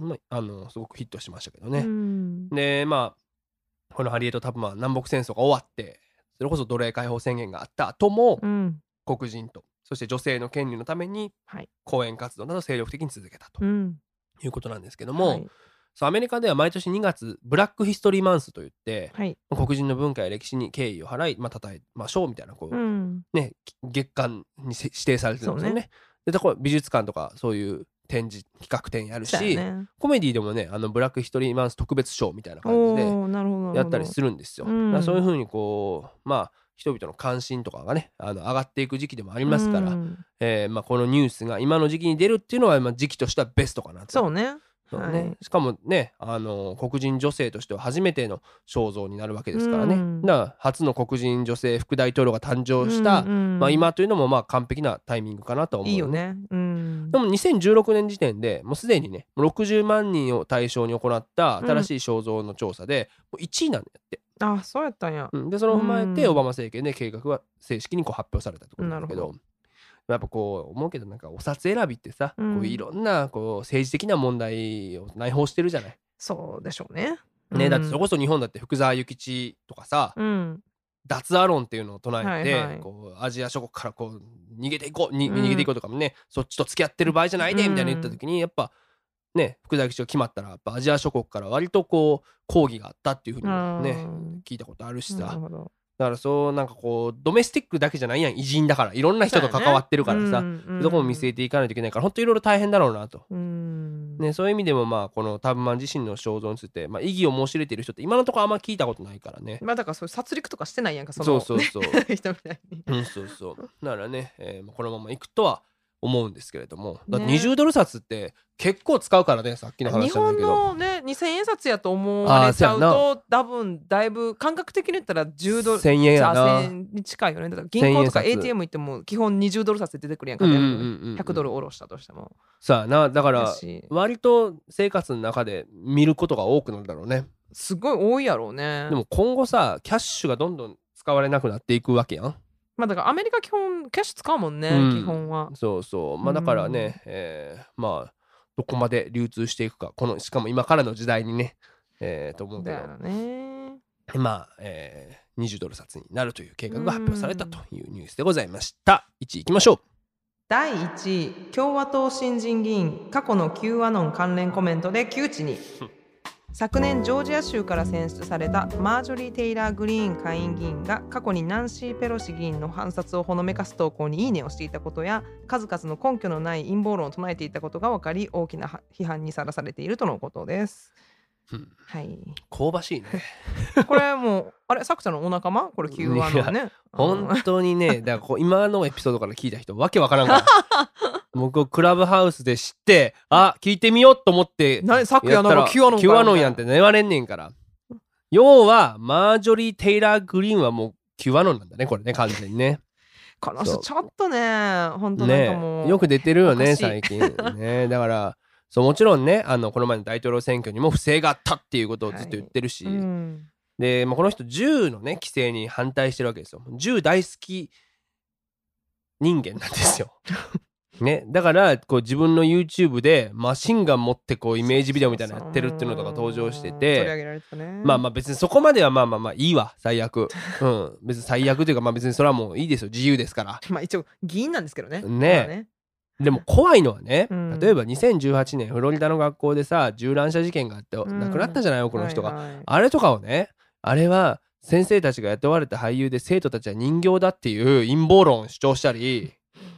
すごくヒットしましたけどね。でこのハリエット・タブマン、南北戦争が終わってそれこそ奴隷解放宣言があった後も、黒人とそして女性の権利のために講演活動など精力的に続けたということなんですけども、アメリカでは毎年2月ブラックヒストリーマンスといって、黒人の文化や歴史に敬意を払い、称えましょうみたいなこう、月間に指定されてるんですよね。でこれ美術館とかそういう展示企画展やるし、コメディでもねブラックヒストリーマンス特別賞みたいな感じでやったりするんですよ。そういう風にこう人々の関心とかがね上がっていく時期でもありますから、このニュースが今の時期に出るっていうのは、時期としてはベストかなと。 そうね。 しかもね黒人女性としては初めての肖像になるわけですからね、だから初の黒人女性副大統領が誕生した、今というのも完璧なタイミングかなと思う、 いいよね。でも2016年時点でもうすでにね60万人を対象に行った新しい肖像の調査で、もう1位なんだって。 そうやったんや。 でそれを踏まえてオバマ政権で計画は正式にこう発表されたってことなんだけど、やっぱこう思うけどなんかお札選びってさ、こういろんなこう政治的な問題を内包してるじゃない。 そうでしょうね。 だってそれこそ日本だって福沢諭吉とかさ、脱アロンっていうのを唱えて、こうアジア諸国からこう逃げていこう逃げていこうとかもね、そっちと付き合ってる場合じゃないでみたいな言った時にやっぱね福沢諭吉が決まったらやっぱアジア諸国から割とこう抗議があったっていうふうにね聞いたことあるしさ。だからそうなんかこうドメスティックだけじゃないやん、偉人だからいろんな人と関わってるからさ、どこも見据えていかないといけないから本当いろいろ大変だろうなと、そういう意味でもこのタブマン自身の肖像について、異議を申し入れている人って今のところあんま聞いたことないからね。 だからそういう殺戮とかしてないやんかそう人みたいに。 そうだからね、このままいくとは思うんですけれども、だって20ドル札って結構使うからね、さっきの話じゃないけど日本のね2000円札やと思われちゃうと多分だいぶ感覚的に言ったら10ドル 1000円やな、 1000円に近いよね。だから銀行とか ATM 行っても基本20ドル札で出てくるやんか、100ドル下ろしたとしてもさあな。だから割と生活の中で見ることが多くなるだろうね。 すごい多いやろうね。 でも今後さキャッシュがどんどん使われなくなっていくわけやん。 だからアメリカ基本キャッシュ使うもんね、基本は。 そうだからね、どこまで流通していくか、しかも今からの時代にね、と思うけど、20ドル札になるという計画が発表されたというニュースでございました。1位いきましょう。 第1位、共和党新人議員過去の Q アノン関連コメントで窮地に。昨年ジョージア州から選出されたマージョリー・テイラー・グリーン下院議員が過去にナンシー・ペロシ議員の反殺をほのめかす投稿にいいねをしていたことや数々の根拠のない陰謀論を唱えていたことが分かり、大きな批判にさらされているとのことです。 香ばしいねこれもうさくちゃんのお仲間これ Q アノンね。 本当にね、だから今のエピソードから聞いた人わけわからんから僕クラブハウスで知って聞いてみようと思ってさくやなんか Q アノン Q アノンやんって言われんねんから。要はマージョリー・テイラー・グリーンはもう Q アノンなんだねこれね、完全にね。 この人ちょっとね本当なんかもう、 よく出てるよね最近ね。だからもちろんねこの前の大統領選挙にも不正があったっていうことをずっと言ってるし、で、この人銃のね規制に反対してるわけですよ。銃大好き人間なんですよね、だからこう自分の YouTube でマシンガン持ってこうイメージビデオみたいなのやってるっていうのとか登場してて、 取り上げられてたね。 別にそこまではいいわ最悪別に最悪というか別にそれはもういいですよ、自由ですから。 一応議員なんですけどね。 でも怖いのはね、例えば2018年フロリダの学校でさ銃乱射事件があって亡くなったじゃない、多くの人が、あれとかをね、あれは先生たちが雇われた俳優で生徒たちは人形だっていう陰謀論を主張したり、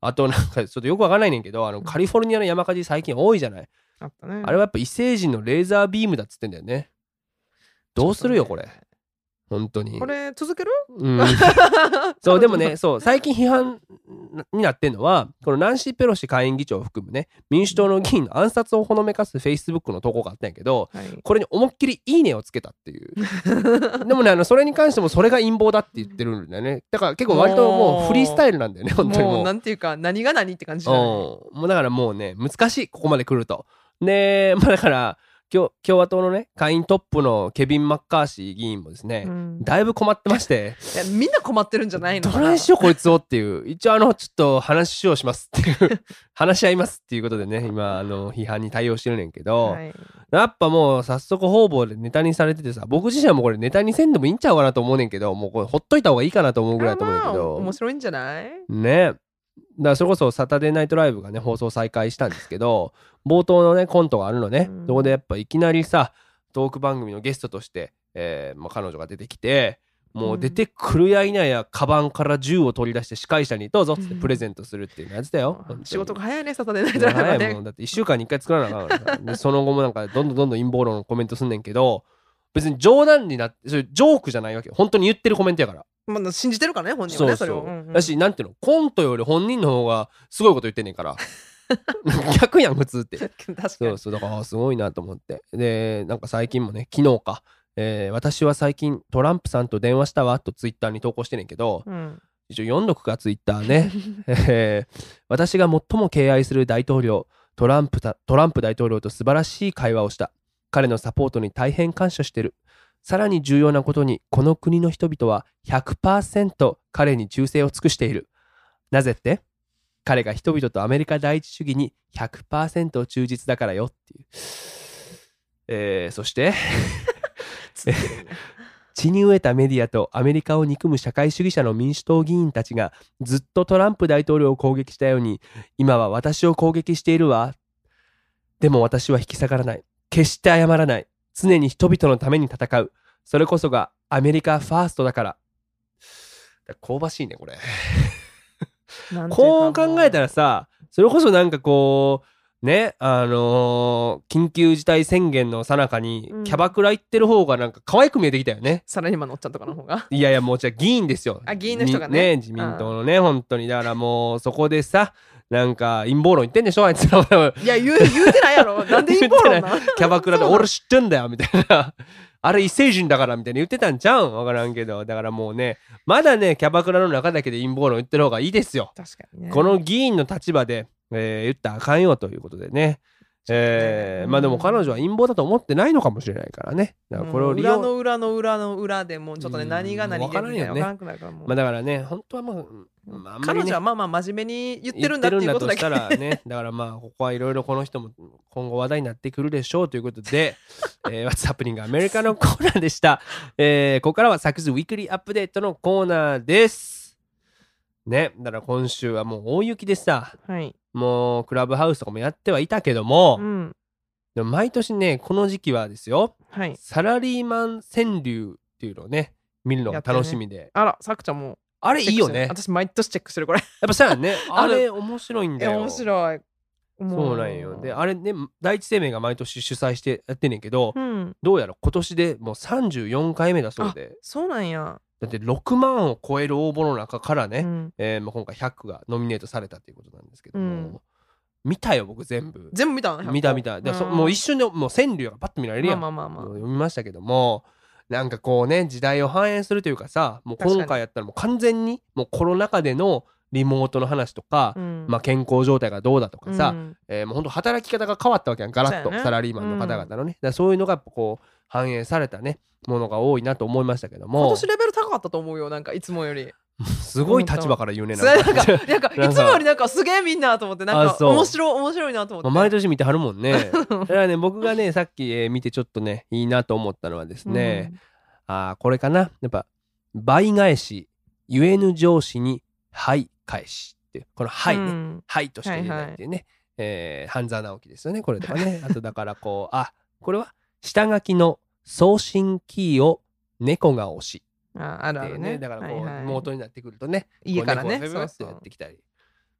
あとなんかちょっとよくわかんないねんけどカリフォルニアの山火事最近多いじゃない。 あったね。 あれはやっぱ異星人のレーザービームだっつってんだよね。どうするよこれ本当に。 これ続ける？ そうでもね、そう最近批判になってんのはこのナンシー・ペロシ下院議長を含むね民主党の議員の暗殺をほのめかすフェイスブックの投稿があったんやけど、はい、これに思いっきりいいねをつけたっていうでもねそれに関してもそれが陰謀だって言ってるんだよね。だから結構割ともうフリースタイルなんだよね本当に。もうなんていうか何が何って感じだね。 もうだからもうね難しいここまで来ると。でだから共和党のね下院トップのケビン・マッカーシー議員もですね、だいぶ困ってましていやみんな困ってるんじゃないのかな。 どないしようこいつをっていう一応ちょっと話をしますっていう話し合いますっていうことでね今批判に対応してるねんけど、はい、やっぱもう早速方々でネタにされててさ僕自身はもうこれネタにせんでもいいんちゃうかなと思うねんけどもうこれほっといた方がいいかなと思うぐらいだと思うねんけど、 面白いんじゃないね。だからそれこそサタデーナイトライブがね放送再開したんですけど冒頭のねコントがあるのね、そこでやっぱいきなりさトーク番組のゲストとして、彼女が出てきてもう出てくるやいなやカバンから銃を取り出して司会者にどうぞってプレゼントするっていうのやつだよ、 仕事が早いねサタデーナイトライブはね。 もうだって1週間に1回作らなあかんからでその後もなんかどんどん陰謀論のコメントすんねんけど別に冗談になってそれジョークじゃないわけよ本当に言ってるコメントやから。 まあ、信じてるからね本人はね。それをだしなんていうのコントより本人の方がすごいこと言ってんねんから逆やん普通って確かに。 そうだからすごいなと思って。でなんか最近もね昨日か、私は最近トランプさんと電話したわとツイッターに投稿してんねんけど、一応読んどくかツイッターね、私が最も敬愛する大統領トランプ大統領と素晴らしい会話をした。彼のサポートに大変感謝してる。さらに重要なことにこの国の人々は 100% 彼に忠誠を尽くしている。なぜって彼が人々とアメリカ第一主義に 100% 忠実だからよっていう、そして血に飢えたメディアとアメリカを憎む社会主義者の民主党議員たちがずっとトランプ大統領を攻撃したように今は私を攻撃しているわ。でも私は引き下がらない。決して謝らない。常に人々のために戦う。それこそがアメリカファーストだから。香ばしいねこれこう考えたらさそれこそなんかこうね緊急事態宣言の最中にキャバクラ行ってる方がなんか可愛く見えてきたよね、 サラリーマンのおっちゃんとかの方が。 いやもうじゃあ議員ですよ。 議員の人がね自民党のね本当にだからもうそこでさなんか陰謀論言ってんでしょあいつら。 いや言うてないやろなんで陰謀論なキャバクラで俺知ってんだよみたいなあれ異星人だからみたいな言ってたんちゃうんわからんけどだからもうねまだねキャバクラの中だけで陰謀論言ってる方がいいですよ。 確かにね。 この議員の立場で、言ったらあかんよということでね。まあでも彼女は陰謀だと思ってないのかもしれないからね。だからこれを裏の裏の裏の裏でもうちょっとね何が何分からんよね。 分からんくなるからもう。 まあだからね本当はもう、 あんまりね、彼女はまあまあ真面目に言ってるんだっていうことだけ言ってるんだとしたらねだからまあここはいろいろこの人も今後話題になってくるでしょうということでWhat's Happening アメリカのコーナーでした。ここからはサクズウィークリーアップデートのコーナーですね。だから今週はもう大雪でさ、 はい、 もうクラブハウスとかもやってはいたけども、でも毎年ねこの時期はですよ、 はい、 サラリーマン川柳っていうのをね見るのが楽しみで、 ね、あらさくちゃんもあれいいよね。 私毎年チェックしてるこれ。 やっぱそうやね。あれ面白いんだよ。 面白い。 そうなんよ。であれね第一生命が毎年主催してやってんねんけど、どうやら今年でもう34回目だそうで。 そうなんや。 だって6万を超える応募の中からね、今回100がノミネートされたということなんですけども、見たよ僕全部見た見たでもう一瞬でもう川柳がパッと見られるやん。読みましたけどもなんかこうね時代を反映するというかさもう今回やったらもう完全にもうコロナ禍でのリモートの話とか、まあ、健康状態がどうだとかさ、もうほんと働き方が変わったわけやんガラッと、サラリーマンの方々のね、だそういうのがやっぱこう反映されたねものが多いなと思いましたけども今年レベル高かったと思うよなんかいつもより。 すごい立場から言うねなんかいつもよりなんかすげえみんなと思ってなんか面白いなと思って、 毎年見てはるもんねだからね僕がねさっき、見てちょっとねいいなと思ったのはですね、これかなやっぱ倍返し言えぬ上司にはい返しっていうこのはいね、はいとして言えないっていうね、半沢直樹ですよねこれとかねあとだからこうこれは下書きの送信キーを猫が押しあるあるね。 だからこう、リモートになってくるとね家からねそうやってきたり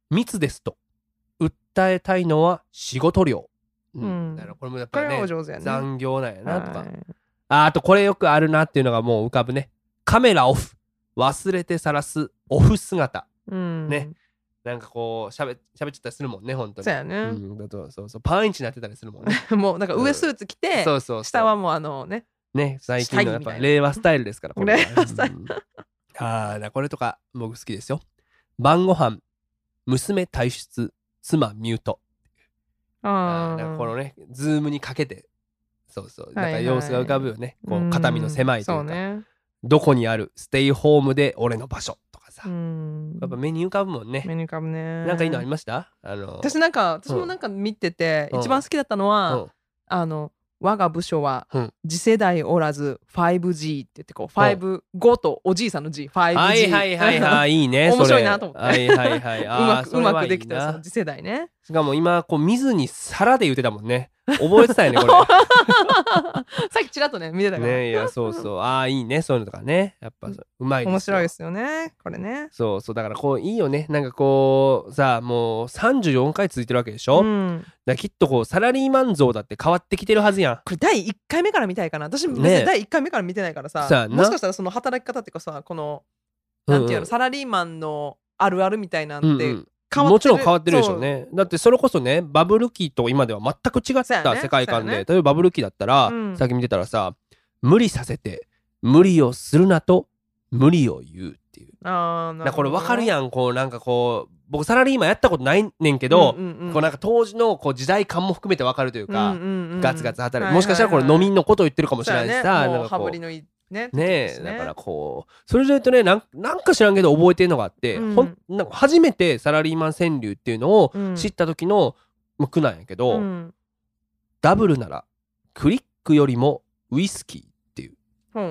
密ですと訴えたいのは仕事量、 うんだからこれもやっこれはぱりねお上手やね。 残業なんやなとか、 はいあとこれよくあるなっていうのがもう浮かぶね。カメラオフ忘れて晒すオフ姿うんね。なんかこうしゃべっちゃったりするもんね本当に。 そうやね、 だとそうパンイチになってたりするもんね。 もうなんか上スーツ着て、 そう下はもうね最近のやっぱ下着みたいな令和スタイルですからこれは令和スタイルこれとか僕好きですよ。晩ご飯娘退出妻ミュート。なんかこのねズームにかけてなんか様子が浮かぶよね、こう肩身の狭いというか、 ね、 どこにあるステイホームで俺の場所とかさ、 やっぱ目に浮かぶもんね。 目に浮かぶね。 なんかいいのありました？ 私もなんか見てて、一番好きだったのは、我が部署は次世代おらず 5G って言ってこう5とおじいさんの G5G はいいいね面白いなと思ってうまくできたその次世代ね。 しかも今こう見ずに皿で言ってたもんね。覚えてたよねこれさっきちらっとね見てたからね。いやそういいねそういうのとかねやっぱうまいですよ。 面白いですよねこれね。 そうだからこういいよね。なんかこうさもう34回続いてるわけでしょ、だからきっとこうサラリーマン像だって変わってきてるはずやん。 これ第1回目から見たいかな。私別に第1回目から見てないからさ、もしかしたらその働き方っていうかさこのなんていうの、サラリーマンのあるあるみたいなんて、 もちろん変わってるでしょうね。だってそれこそねバブル期と今では全く違った世界観で、例えばバブル期だったら、さっき見てたらさ無理させて無理をするなと無理を言うっていう。これ分かるやん。こうなんかこう僕サラリーマンやったことないねんけど、こうなんか当時のこう時代感も含めて分かるというか、ガツガツ働いて、もしかしたらこれ飲みのことを言ってるかもしれないしさ、なんかこうねだからこうそれで言うとねなんか知らんけど覚えてるのがあって、なんか初めてサラリーマン川柳っていうのを知った時の句なんやけど、ダブルならクリックよりもウイスキーっていう。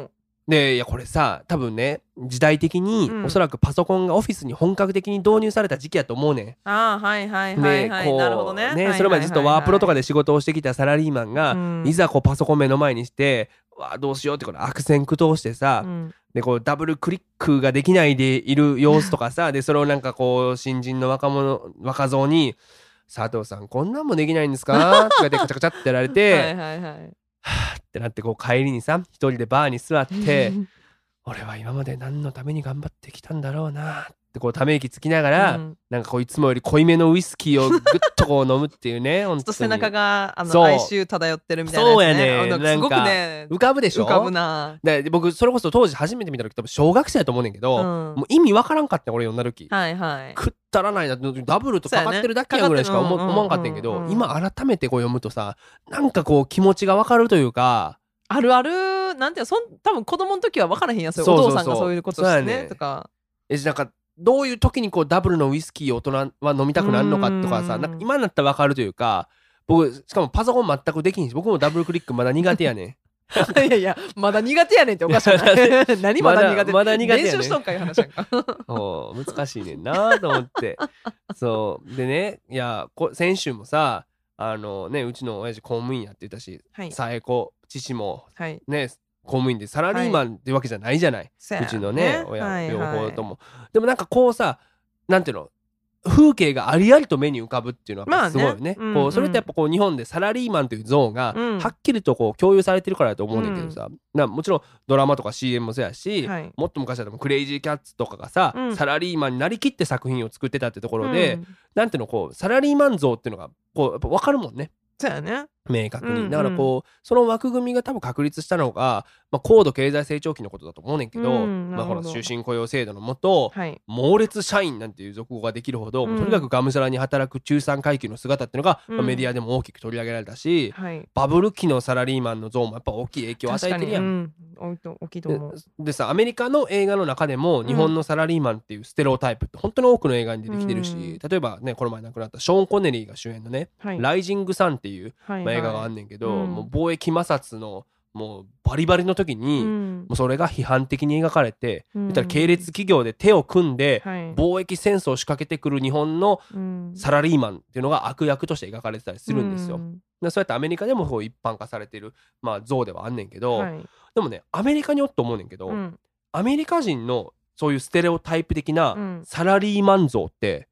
でいやこれさ多分ね時代的に、おそらくパソコンがオフィスに本格的に導入された時期やと思うねん。なるほどね。それまでずっとワープロとかで仕事をしてきたサラリーマンが、いざこうパソコン目の前にしてどうしようってこの悪戦苦闘してさ、でこうダブルクリックができないでいる様子とかさでそれをなんかこう新人の若造に「佐藤さんこんなんもできないんですか?」とかでカチャカチャってやられてはぁってなってこう帰りにさ一人でバーに座って俺は今まで何のために頑張ってきたんだろうなってこうため息つきながら、なんかこういつもより濃いめのウイスキーをグッとこう飲むっていうね。ちょっと背中が哀愁漂ってるみたいなやつね。 そうやね。なんかすごくね浮かぶでしょ。 浮かぶな。 で僕それこそ当時初めて見た時多分小学生だと思うねんけど、もう意味わからんかった俺読んだ時。くったらないなダブルとかかってるだけやぐらいしか思わんかったんやけど、今改めてこう読むとさなんかこう気持ちがわかるというか。 あるあるなんていう多分子供の時は分からへんやつよ。お父さんがそういうことしてねとか。 なんかどういう時にこうダブルのウイスキーを大人は飲みたくなるのかとかさ、なんか今になったら分かるというか、僕しかもパソコン全くできんし僕もダブルクリックまだ苦手やねん。いやまだ苦手やねんっておかしくない。何まだ苦手？ まだ苦手やねん。 練習しとんかいう話やんか。 難しいねんなと思って。そうでねいや先週もさうちの親父公務員やってたし、佐恵子父もね公務員でサラリーマンってわけじゃないじゃない、うちのね親両方とも。でもなんかこうさなんていうの風景がありありと目に浮かぶっていうのはすごいよね。こうそれってやっぱこう日本でサラリーマンという像がはっきりとこう共有されてるからだと思うんだけどさ、もちろんドラマとか CM もそうやし、もっと昔だとクレイジーキャッツとかがさ、サラリーマンになりきって作品を作ってたってところで、なんていうのこうサラリーマン像っていうのがこうやっぱ分かるもんね。 そうやね。 明確に。だからこうその枠組みが多分確立したのが、高度経済成長期のことだと思うねんけど、ほら終身雇用制度のもと、猛烈社員なんていう俗語ができるほど、とにかくがむしゃらに働く中産階級の姿っていうのが、メディアでも大きく取り上げられたし、バブル期のサラリーマンの像もやっぱ大きい影響を与えてるやん。 大きいと思う。 でさアメリカの映画の中でも日本のサラリーマンっていうステレオタイプって本当に多くの映画に出てきてるし、例えばねこの前亡くなったショーン・コネリーが主演のね、ライジング・サンっていう映画があんねんけど、もう貿易摩擦のもうバリバリの時に、もうそれが批判的に描かれて、言ったら系列企業で手を組んで、貿易戦争を仕掛けてくる日本のサラリーマンっていうのが悪役として描かれてたりするんですよ。そうやってアメリカでもこう一般化されてる、像ではあんねんけど、でもねアメリカによって思うねんけど、アメリカ人のそういうステレオタイプ的なサラリーマン像って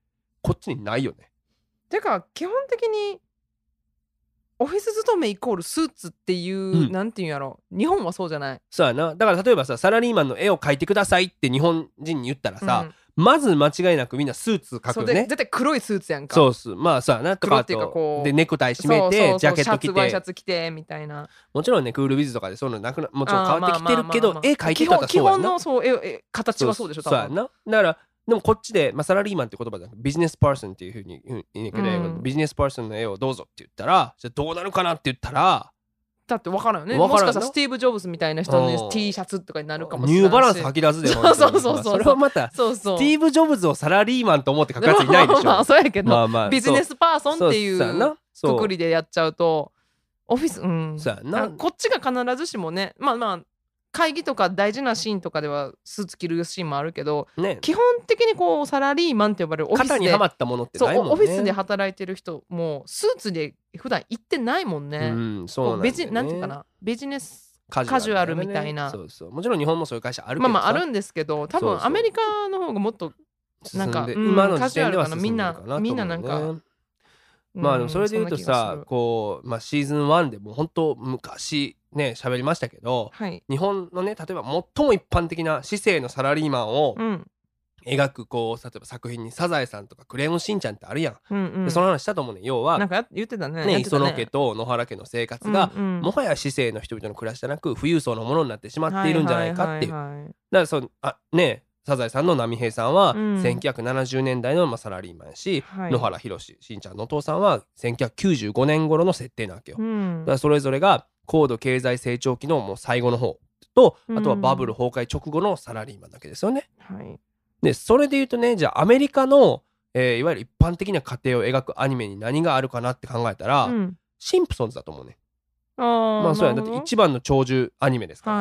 こっちにないよね。 てか基本的にオフィス勤めイコールスーツっていう、なんていうんやろ、日本はそうじゃない。 そうやな。だから例えばさ、サラリーマンの絵を描いてくださいって日本人に言ったらさ、まず間違いなくみんなスーツ描くよね。 絶対黒いスーツやんか。 そうっす。まあさなとか、あとでネクタイ締めてジャケット着てワイシャツ着てみたいな。 もちろんねクールビズとかでそういうのなくな、もちろん変わってきてるけど、絵描いてたらそうやな。 基本のそう形はそうでしょ多分。 そうやな。だからでもこっちで、サラリーマンって言葉じゃなくビジネスパーソンっていうふうに言うんだけど、ビジネスパーソンの絵をどうぞって言ったら、じゃあどうなるかなって言ったら、 だって分からんよね。もしかしたらスティーブ・ジョブズみたいな人の T シャツとかになるかもしれないし、 ニューバランス吐き出すで。 そうそれはまたスティーブ・ジョブズをサラリーマンと思って書くやついないでしょ。 そうやけど、ビジネスパーソンっていうくくりでやっちゃうとオフィス、 そうやな。 こっちが必ずしもね、会議とか大事なシーンとかではスーツ着るシーンもあるけど、基本的にこうサラリーマンって呼ばれるオフィスで肩にはまったものってないもんね。 オフィスで働いてる人もスーツで普段行ってないもんね。 そうなんだよね。 なんていうかな、ビジネスカジュアルみたいな。 そうもちろん日本もそういう会社あるけどさ、 あるんですけど、多分アメリカの方がもっとなんか今のカジュアルかな。 時点では進んでるかなと思うね。 みんななんかでもそれで言うとさ、こうシーズン1でもう本当昔ね喋りましたけど、日本のね例えば最も一般的な市政のサラリーマンを描くこう例えば作品にサザエさんとかクレヨンしんちゃんってあるやん。でその話したと思うね。要はなんか言ってたね。 磯野家と野原家の生活がもはや市政の人々の暮らしじゃなく富裕層のものになってしまっているんじゃないかっていう。だからサザエさんの波平さんは1970年代のサラリーマンやし、野原ひろししんちゃんのお父さんは1995年頃の設定なわけよ。だからそれぞれが高度経済成長期のもう最後の方と、あとはバブル崩壊直後のサラリーマンだけですよね。でそれで言うとね、じゃあアメリカの、いわゆる一般的な家庭を描くアニメに何があるかなって考えたら、シンプソンズだと思うね。そうや、だって一番の長寿アニメですから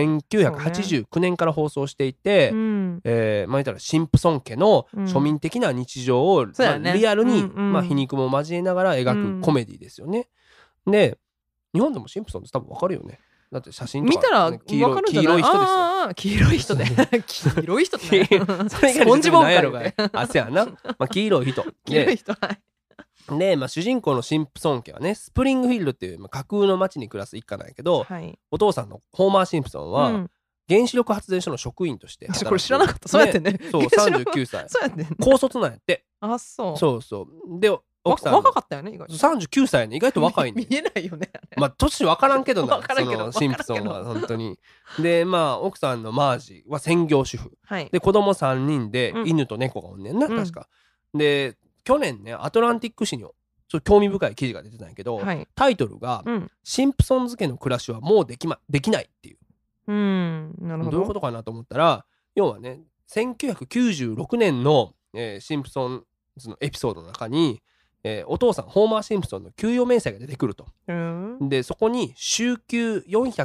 、1989年から放送していて、言ったらシンプソン家の庶民的な日常を、リアルに、皮肉も交えながら描くコメディですよね。で日本でもシンプソンズ多分わかるよね。だって写真とか、 見たら分かるんじゃない？黄色い人ですよ。黄色い人で黄色い人ってそれ以外にスポンジボーカルでそうやな、黄色い人黄色い人で、主人公のシンプソン家はねスプリングフィールドっていう、架空の町に暮らす一家なんやけど、お父さんのホーマー・シンプソンは、原子力発電所の職員として働く。 これ知らなかった。そうやってね。 そう39歳。 そうやってね。 高卒なんやって。 そうで奥さん若かったよね。意外と 39歳ね。意外と若いね。 見えないよね。 年分からんけどな。そのシンプソンは本当に。で奥さんのマージは専業主婦。で子供3人で犬と猫がおんねんな、確か。で去年ねアトランティック誌に興味深い記事が出てたんやけど、タイトルが、シンプソンズ家の暮らしはもうできないっていう。 なるほど。 どういうことかなと思ったら、要はね1996年の、シンプソンズのエピソードの中に、お父さんホーマー・シンプソンの給与明細が出てくると。でそこに週給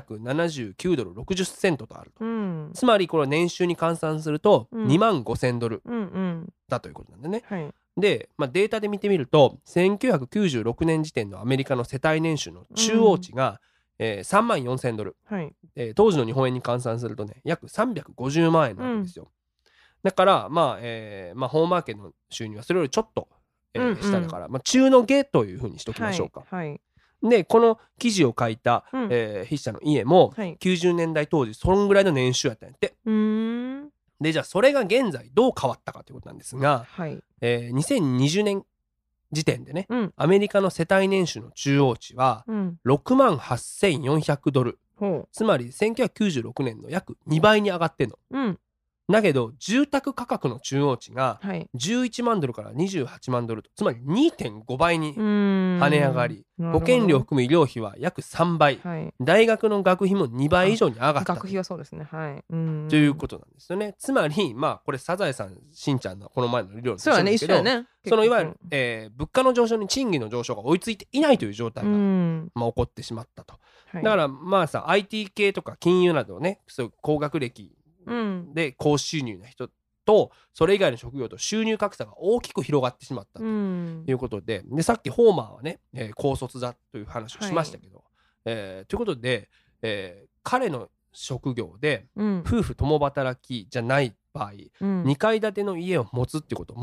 479ドル60セントとあると。つまりこれ年収に換算すると2万5000ドルだということなんでね。で、データで見てみると1996年時点のアメリカの世帯年収の中央値が、3万4000ドル、当時の日本円に換算するとね約350万円なんですよ。だからホーマー家の収入はそれよりちょっと下だから、中の下というふうにしときましょうか。でこの記事を書いた、筆者の家も、90年代当時そんぐらいの年収やったんやって。でじゃあそれが現在どう変わったかということなんですが、2020年時点でね、アメリカの世帯年収の中央値は6万8400ドル、つまり1996年の約2倍に上がってんの。だけど住宅価格の中央値が11万ドルから28万ドルと、つまり 2.5 倍に跳ね上がり、保険料含む医療費は約3倍、大学の学費も2倍以上に上がった学費はそうですね、 ということなんですよね。つまりこれサザエさんしんちゃんのこの前の理論と一緒なんですけど、そのいわゆる、物価の上昇に賃金の上昇が追いついていないという状態が、起こってしまったと。だからIT 系とか金融などね、そういう高学歴で高収入な人とそれ以外の職業と収入格差が大きく広がってしまったということで、さっきホーマーはね、高卒だという話をしましたけど、ということで、彼の職業で夫婦共働きじゃない場合、2階建ての家を持つっていうことも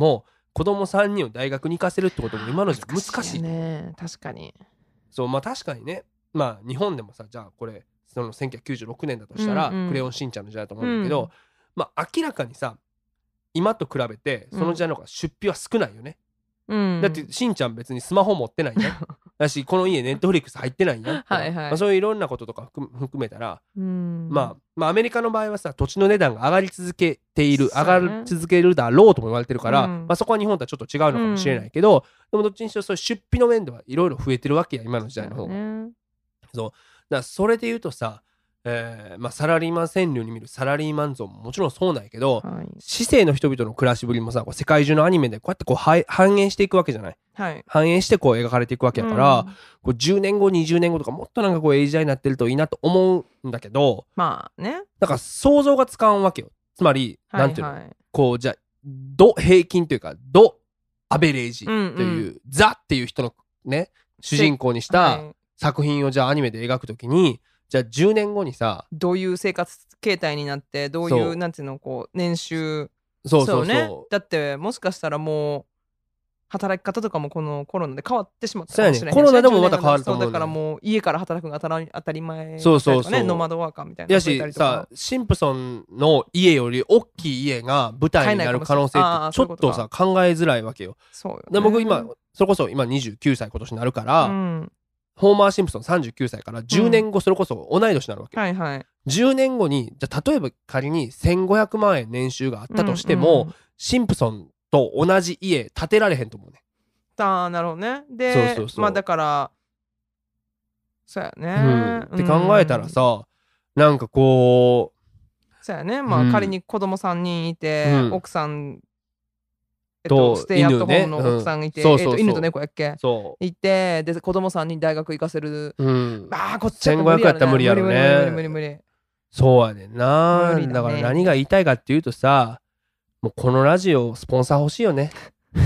子供3人を大学に行かせるってことも今の時代難しいね。確かに。 そうまあ確かにね。まあ日本でもさじゃあこれその1996年だとしたら、クレヨンしんちゃんの時代だと思うんだけど、まあ明らかにさ今と比べてその時代の方が出費は少ないよね。だってしんちゃん別にスマホ持ってないやんだしこの家ネットフリックス入ってないやんはい、まあ、そういういろんなこととか含めたら、まあアメリカの場合はさ土地の値段が上がり続けている、上がり続けるだろうとも言われてるから、まあ、そこは日本とはちょっと違うのかもしれないけど、でもどっちにしろそういう出費の面ではいろいろ増えてるわけや今の時代の方が。そうだからそれで言うとさまあ、サラリーマン川柳に見るサラリーマン像ももちろんそうなんやけど、市井の人々の暮らしぶりもさ世界中のアニメでこうやってこう反映していくわけじゃない、反映してこう描かれていくわけやから、こう10年後20年後とかもっとなんかこう時代になってるといいなと思うんだけど、 まあねだから想像がつかんわけよ。つまり、なんていうのこうじゃあド平均というかドアベレージという、ザっていう人のね主人公にした作品をじゃあアニメで描くときにじゃあ10年後にさどういう生活形態になってどういうなんていうのこう年収そうねだってもしかしたらもう働き方とかもこのコロナで変わってしまったかもしれない、 コロナでもまた変わると思う、 だからもう家から働くのが当たり前そうノマドワーカーみたいなやしさシンプソンの家より大きい家が舞台になる可能性ってちょっとさ考えづらいわけよ。で僕今それこそ今29歳今年になるから、ホーマー・シンプソン39歳から10年後それこそ同い年になるわけ、10年後にじゃあ例えば仮に1500万円年収があったとしても、シンプソンと同じ家建てられへんと思うね。 なるほどね。でまあだからそうやね、 って考えたらさなんかこうそうやねまあ仮に子供3人いて、奥さんステイアットホームの奥さんいて、犬と猫やっけいてで子供さんに大学行かせる、ああこっちは 1500やったら無理やろね。 無理そうやねんな。だから何が言いたいかっていうとさもうこのラジオスポンサー欲しいよね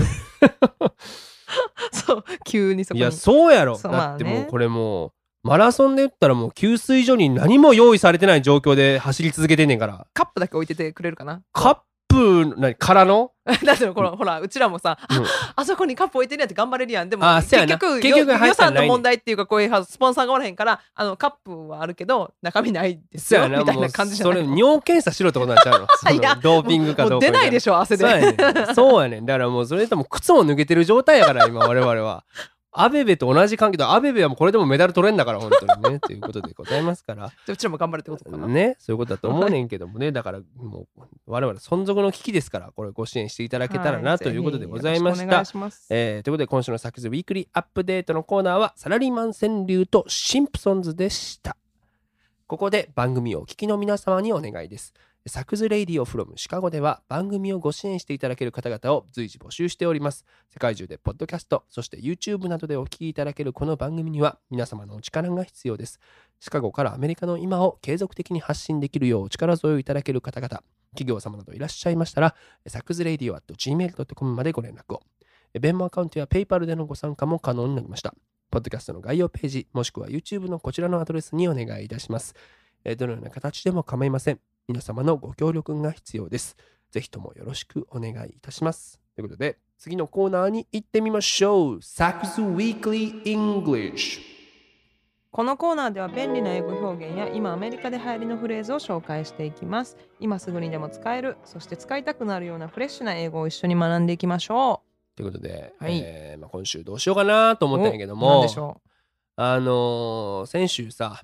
そう急にそこにいやそうやろだってもうこれもうマラソンで言ったらもう給水所に何も用意されてない状況で走り続けてんねんから。 カップだけ置いててくれるかな。 カップからのだってほらうちらもさ、あそこにカップ置いてるやって頑張れるやん。でも結局予算の問題っていうかこういうスポンサーがおらへんからカップはああるけど中身ないですよみたいな感じじゃないの。 それ尿検査しろってことになっちゃうの。いやドーピングかどうか。 もう出ないでしょ汗で。 そうやねんだからもうそれとも靴も脱げてる状態やから今我々は。アベベと同じ関係でアベベはもうこれでもメダル取れんだから本当にねということでございますからうちらも頑張るってことかなね。そういうことだと思うねんけどもねだからもう我々存続の危機ですからこれご支援していただけたらなということでございました。ということで今週のサクズウィークリーアップデートのコーナーはサラリーマン川柳とシンプソンズでした。ここで番組をお聞きの皆様にお願いです。サクズレイディオフロムシカゴでは番組をご支援していただける方々を随時募集しております。世界中でポッドキャストそして YouTube などでお聞きいただけるこの番組には皆様のお力が必要です。シカゴからアメリカの今を継続的に発信できるようお力添えをいただける方々企業様などいらっしゃいましたらサクズレイディオ @gmail.com までご連絡を。弁もアカウントや PayPal でのご参加も可能になりました。ポッドキャストの概要ページもしくは YouTube のこちらのアドレスにお願いいたします。どのような形でも構いません。皆様のご協力が必要です。ぜひともよろしくお願いいたします。ということで次のコーナーに行ってみましょう。サクズウィークリーイングリッシュ。 このコーナーでは便利な英語表現や今アメリカで流行りのフレーズを紹介していきます。今すぐにでも使えるそして使いたくなるようなフレッシュな英語を一緒に学んでいきましょう。 ということで、今週どうしようかなと思ったんやけども、 何でしょう先週さ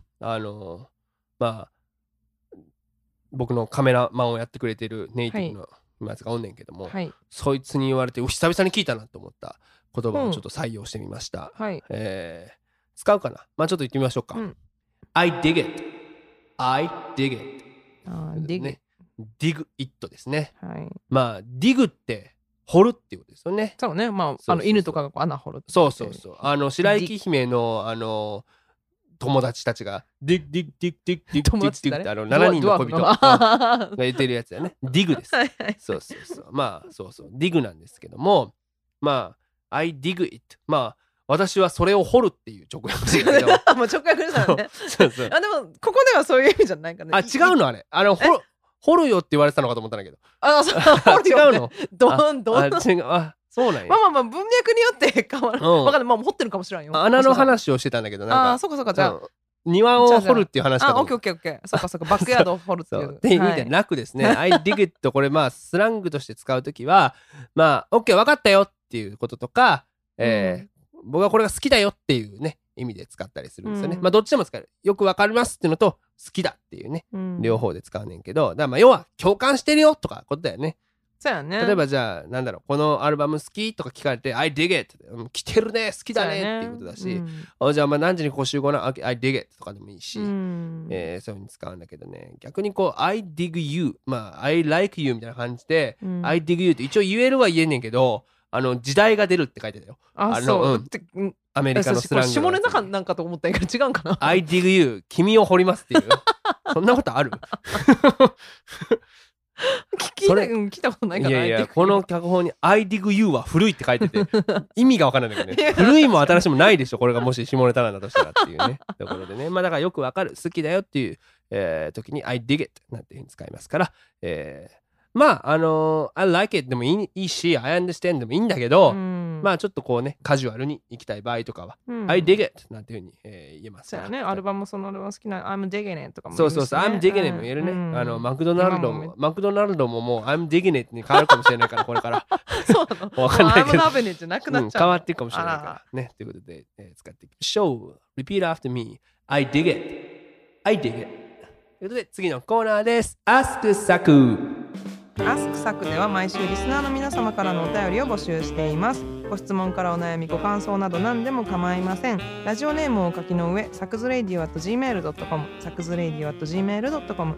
僕のカメラマンをやってくれてるネイティブのやつがおんねんけども、そいつに言われて久々に聞いたなと思った言葉をちょっと採用してみました。使うかな。ちょっと言ってみましょうか。I dig it I dig it dig it ですね。dig って掘るっていうことですよね。 そうね。犬とかが穴掘る。 そう白雪姫の友達たちがディグディグディグディグディグディグディグって7人の小人が言ってるやつだね。ディグです。そうディグなんですけどもI dig it 私はそれを掘るっていう直訳ですけどもう直訳ですからね。でもここではそういう意味じゃないかな。 違うのあれ掘るよって言われてたのかと思ったんだけど。 違うの。どん違う。 そうなんや。 まあ文脈によって変わる。分かんない。まあ掘ってるかもしれんよ。 穴の話をしてたんだけど、なんかそうかじゃあ。 庭を掘るっていう話かと思った。オッケー。そうかバックヤードを掘るっていう。 っていう意味でなくですね。I dig it これまあスラングとして使うときは、まあ OK 分かったよっていうこととか、僕はこれが好きだよっていうね意味で使ったりするんですよね。まあどっちでも使える。よく分かりますっていうのと好きだっていうね、両方で使うねんけど、だからまあ要は共感してるよとかことだよね。 そうやね。 例えばじゃあなんだろう、このアルバム好きとか聞かれて I dig it 来てるね好きだねっていうことだし、じゃあまあ何時にこう集合な I dig it とかでもいいし、そういう風に使うんだけどね、逆にこう I dig you まあ I like you みたいな感じで、I dig you って一応言えるは言えんねんけど、時代が出るって書いてたよ。 そうアメリカのスラング。 下ネタなんかと思ったんやけど違うんかな。 I dig you 君を掘りますっていうそんなことある聞いたことないから。 いやこの脚本に I dig you は古いって書いてて意味が分からないんだけどね古いも新しいもないでしょこれがもし下ネタなんだとしたらっていうねところでね、まあだからよく分かる好きだよっていう、時に I dig it なんていうふうに使いますから、まあI like it でもいいし I understand でもいいんだけど、まあちょっとこうねカジュアルに行きたい場合とかは、I dig it なんていうふうに、言えますから。 そうやね。アルバムそのアルバム好きな I'm digging it とかもそう I'm digging it も言えるね。マクドナルドももう I'm digging it に変わるかもしれないからこれからそうなの。 分かんないけど I'm loving it じゃなくなっちゃう、 変わっていくかもしれないからね。ということで、使っていきましょう。Repeat after me I dig it I dig it ということで次のコーナーです。 Ask サクアスクサクでは毎週リスナーの皆様からのお便りを募集しています。ご質問からお悩みご感想など何でも構いません。ラジオネームをお書きの上、サクズレイディオ @gmail.com サクズレイディオ @gmail.com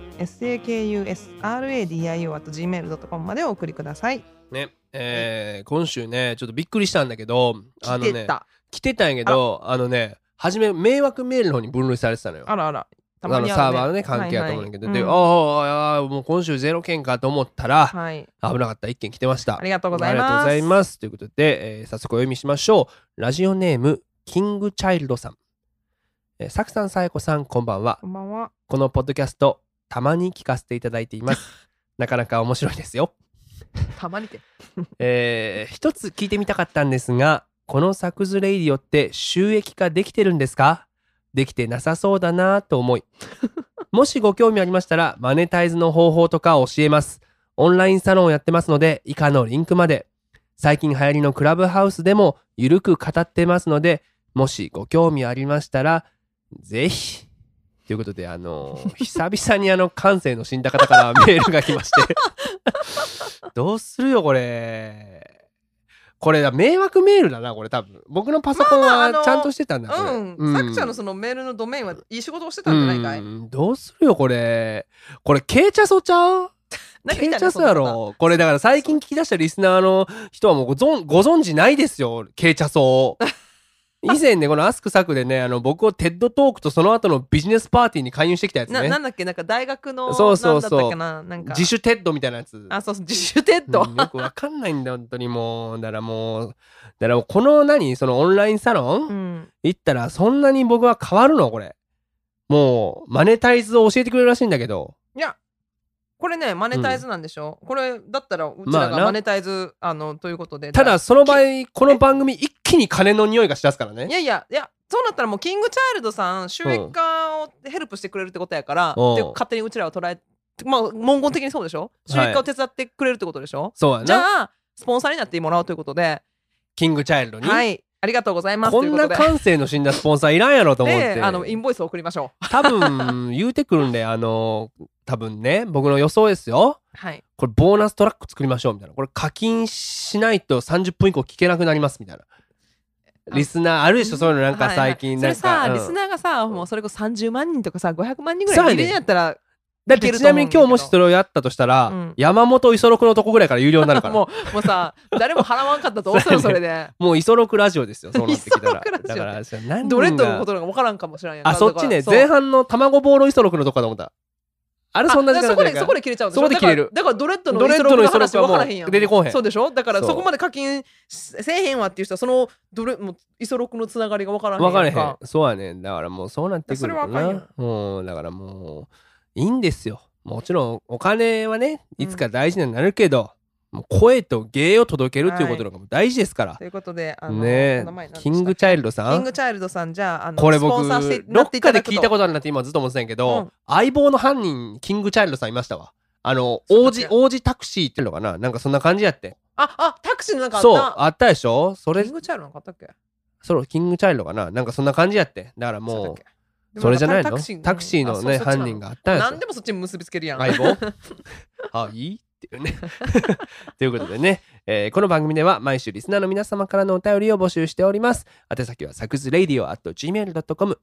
sakusradio @gmail.com までお送りくださいね。今週ねちょっとびっくりしたんだけど来てたんやけど、初め迷惑メールの方に分類されてたのよ。 あらサーバーのね関係やと思うんだけど、でもう今週0件かと思ったら、危なかった。1件来てました。 ありがとうございますということで、早速お読みしましょう。ラジオネームキングチャイルドさん、サクさんさやこさんこんばんは。 こんばんは。 このポッドキャストたまに聞かせていただいていますなかなか面白いですよたまにて一つ聞いてみたかったんですが、このサクズレイディオって収益化できてるんですか？できてなさそうだなと思いもしご興味ありましたらマネタイズの方法とか教えます。オンラインサロンをやってますので以下のリンクまで。最近流行りのクラブハウスでもゆるく語ってますので、もしご興味ありましたらぜひということで、久々に感性の死んだ方からメールが来ましてどうするよこれ迷惑メールだなこれ。多分僕のパソコンはちゃんとしてたんだ。 さくちゃんのそのメールのドメインはいい仕事をしてたんじゃないかい。 どうするよこれケイチャソちゃうケイチャソやろこれ。だから最近聞き出したリスナーの人はもうご存知ないですよケイチャソ以前ねこのアスクサクでね僕をテッドトークとその後のビジネスパーティーに勧誘してきたやつね。 なんだっけ、なんか大学のそうなんだったっけな、なんか自主テッドみたいなやつ。 そう自主テッド、 よくわかんないんだ本当に。もうだからもうこのそのオンラインサロン、行ったらそんなに僕は変わるのこれ。もうマネタイズを教えてくれるらしいんだけど。 いやこれねマネタイズなんでしょ、これだったらうちらがマネタイズ、ということで。 ただその場合この番組一気に金の匂いがしだすからね。 いやそうなったらもうキングチャイルドさん収益化をヘルプしてくれるってことやから、で勝手にうちらを捉え文言的にそうでしょ、収益化を手伝ってくれるってことでしょ、そうやな。じゃあスポンサーになってもらうということでキングチャイルドに、 はいありがとうございます。 こんな感性の死んだスポンサーいらんやろと思ってインボイスを送りましょう。 多分言うてくるんで多分ね僕の予想ですよ、これボーナストラック作りましょうみたいな。これ課金しないと30分以降聞けなくなりますみたいな。リスナーあるでしょそういうの。なんか最近なんか、 それさ、リスナーがさもうそれこそ30万人とかさ500万人ぐらいいるんやったら、 だってちなみに今日もしそれをやったとしたら、山本五十六のとこぐらいから有料になるからもうさ誰も払わんかったらどうするそれでもう五十六ラジオですよそうなってきたら。だからドレッドのことが分からんかもしれんやん。 そっちね。前半の卵ボーロ五十六のとこかと思った。あれそんな時間そこで切れちゃうんでしょ。 そこで切れる。 だからドレッドの五十六の話分からへんやん。 出てこへん。 そうでしょ。だからそこまで課金せえへんわっていう人はそのもう五十六のつながりが分からへんやんか。 分からへん。そうやね。だからもうそうなってくるかな。もうだからもういいんですよ。もちろんお金はねいつか大事になるけど、 もう声と芸を届けるっていうことが大事ですから、 ということでねキングチャイルドさん、 キングチャイルドさん、じゃあこれ僕スポンサーしてどっかで聞いたことあるなって今ずっと思ってたんやけど、相棒の犯人キングチャイルドさんいましたわ。王子タクシーっていうのかな、なんかそんな感じやって。 タクシーのなんかそうあったでしょ。それキングチャイルドの方っけ。 そうキングチャイルドかな、なんかそんな感じやって。だからもうそれじゃないの、タクシーのね犯人があったんやつ。 なんでもそっちに結びつけるやん。 相棒いいっていうねということでね、この番組では毎週リスナーの皆様からのお便りを募集しております。宛先はsakusradio@gmail.com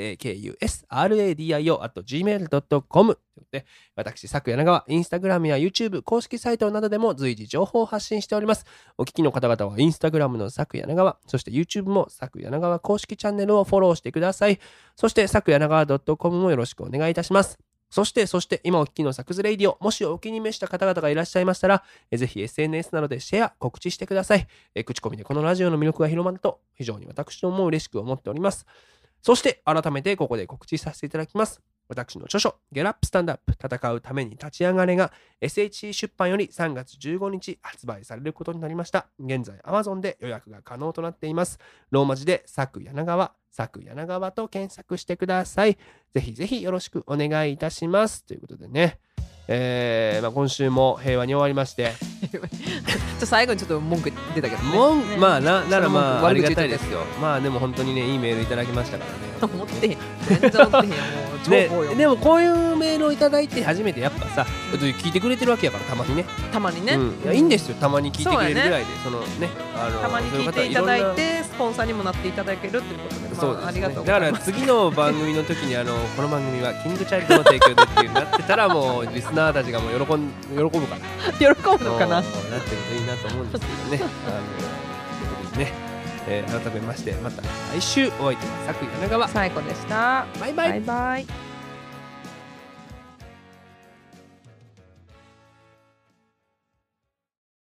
sakusradio@gmail.com で、私サク柳川インスタグラムや YouTube 公式サイトなどでも随時情報を発信しております。お聞きの方々はインスタグラムのサク柳川、そして YouTube もサク柳川公式チャンネルをフォローしてください。そしてサク柳川 .com もよろしくお願いいたします。そして今お聞きのサクズレイディオ、もしお気に召した方々がいらっしゃいましたら、ぜひ SNS などでシェア、告知してください。口コミでこのラジオの魅力が広まると、非常に私ども嬉しく思っております。そして改めてここで告知させていただきます。私の著書、ゲラップスタンドアップ、戦うために立ち上がれが SHE 出版より3月15日発売されることになりました。現在 Amazon で予約が可能となっています。ローマ字でサク柳川と検索してください。ぜひぜひよろしくお願いいたします。ということでね、今週も平和に終わりまして最後にちょっと文句出たけどね。 まあならまあありがたいですよ。まあでも本当にねいいメールいただきましたからね。 思ってへん、全然思ってへんよ。もうでもこういうメールをいただいて初めてやっぱさ聞いてくれてるわけやから、たまにねいいんですよ、たまに聞いてくれるぐらいで、そのねたまに聞いていただいてスポンサーにもなっていただけるっていうことで、 そうですね、 ありがとうございます。 だから次の番組の時にこの番組はキングチャイルドの提供でっていうなってたらもうリスナーたちがもう喜ぶから喜ぶのかな、 なってるといいなと思うんですけどねということでね、改めましてまた来週お会いいたいサク柳川最後でした。 バイバイ。 バイバイ。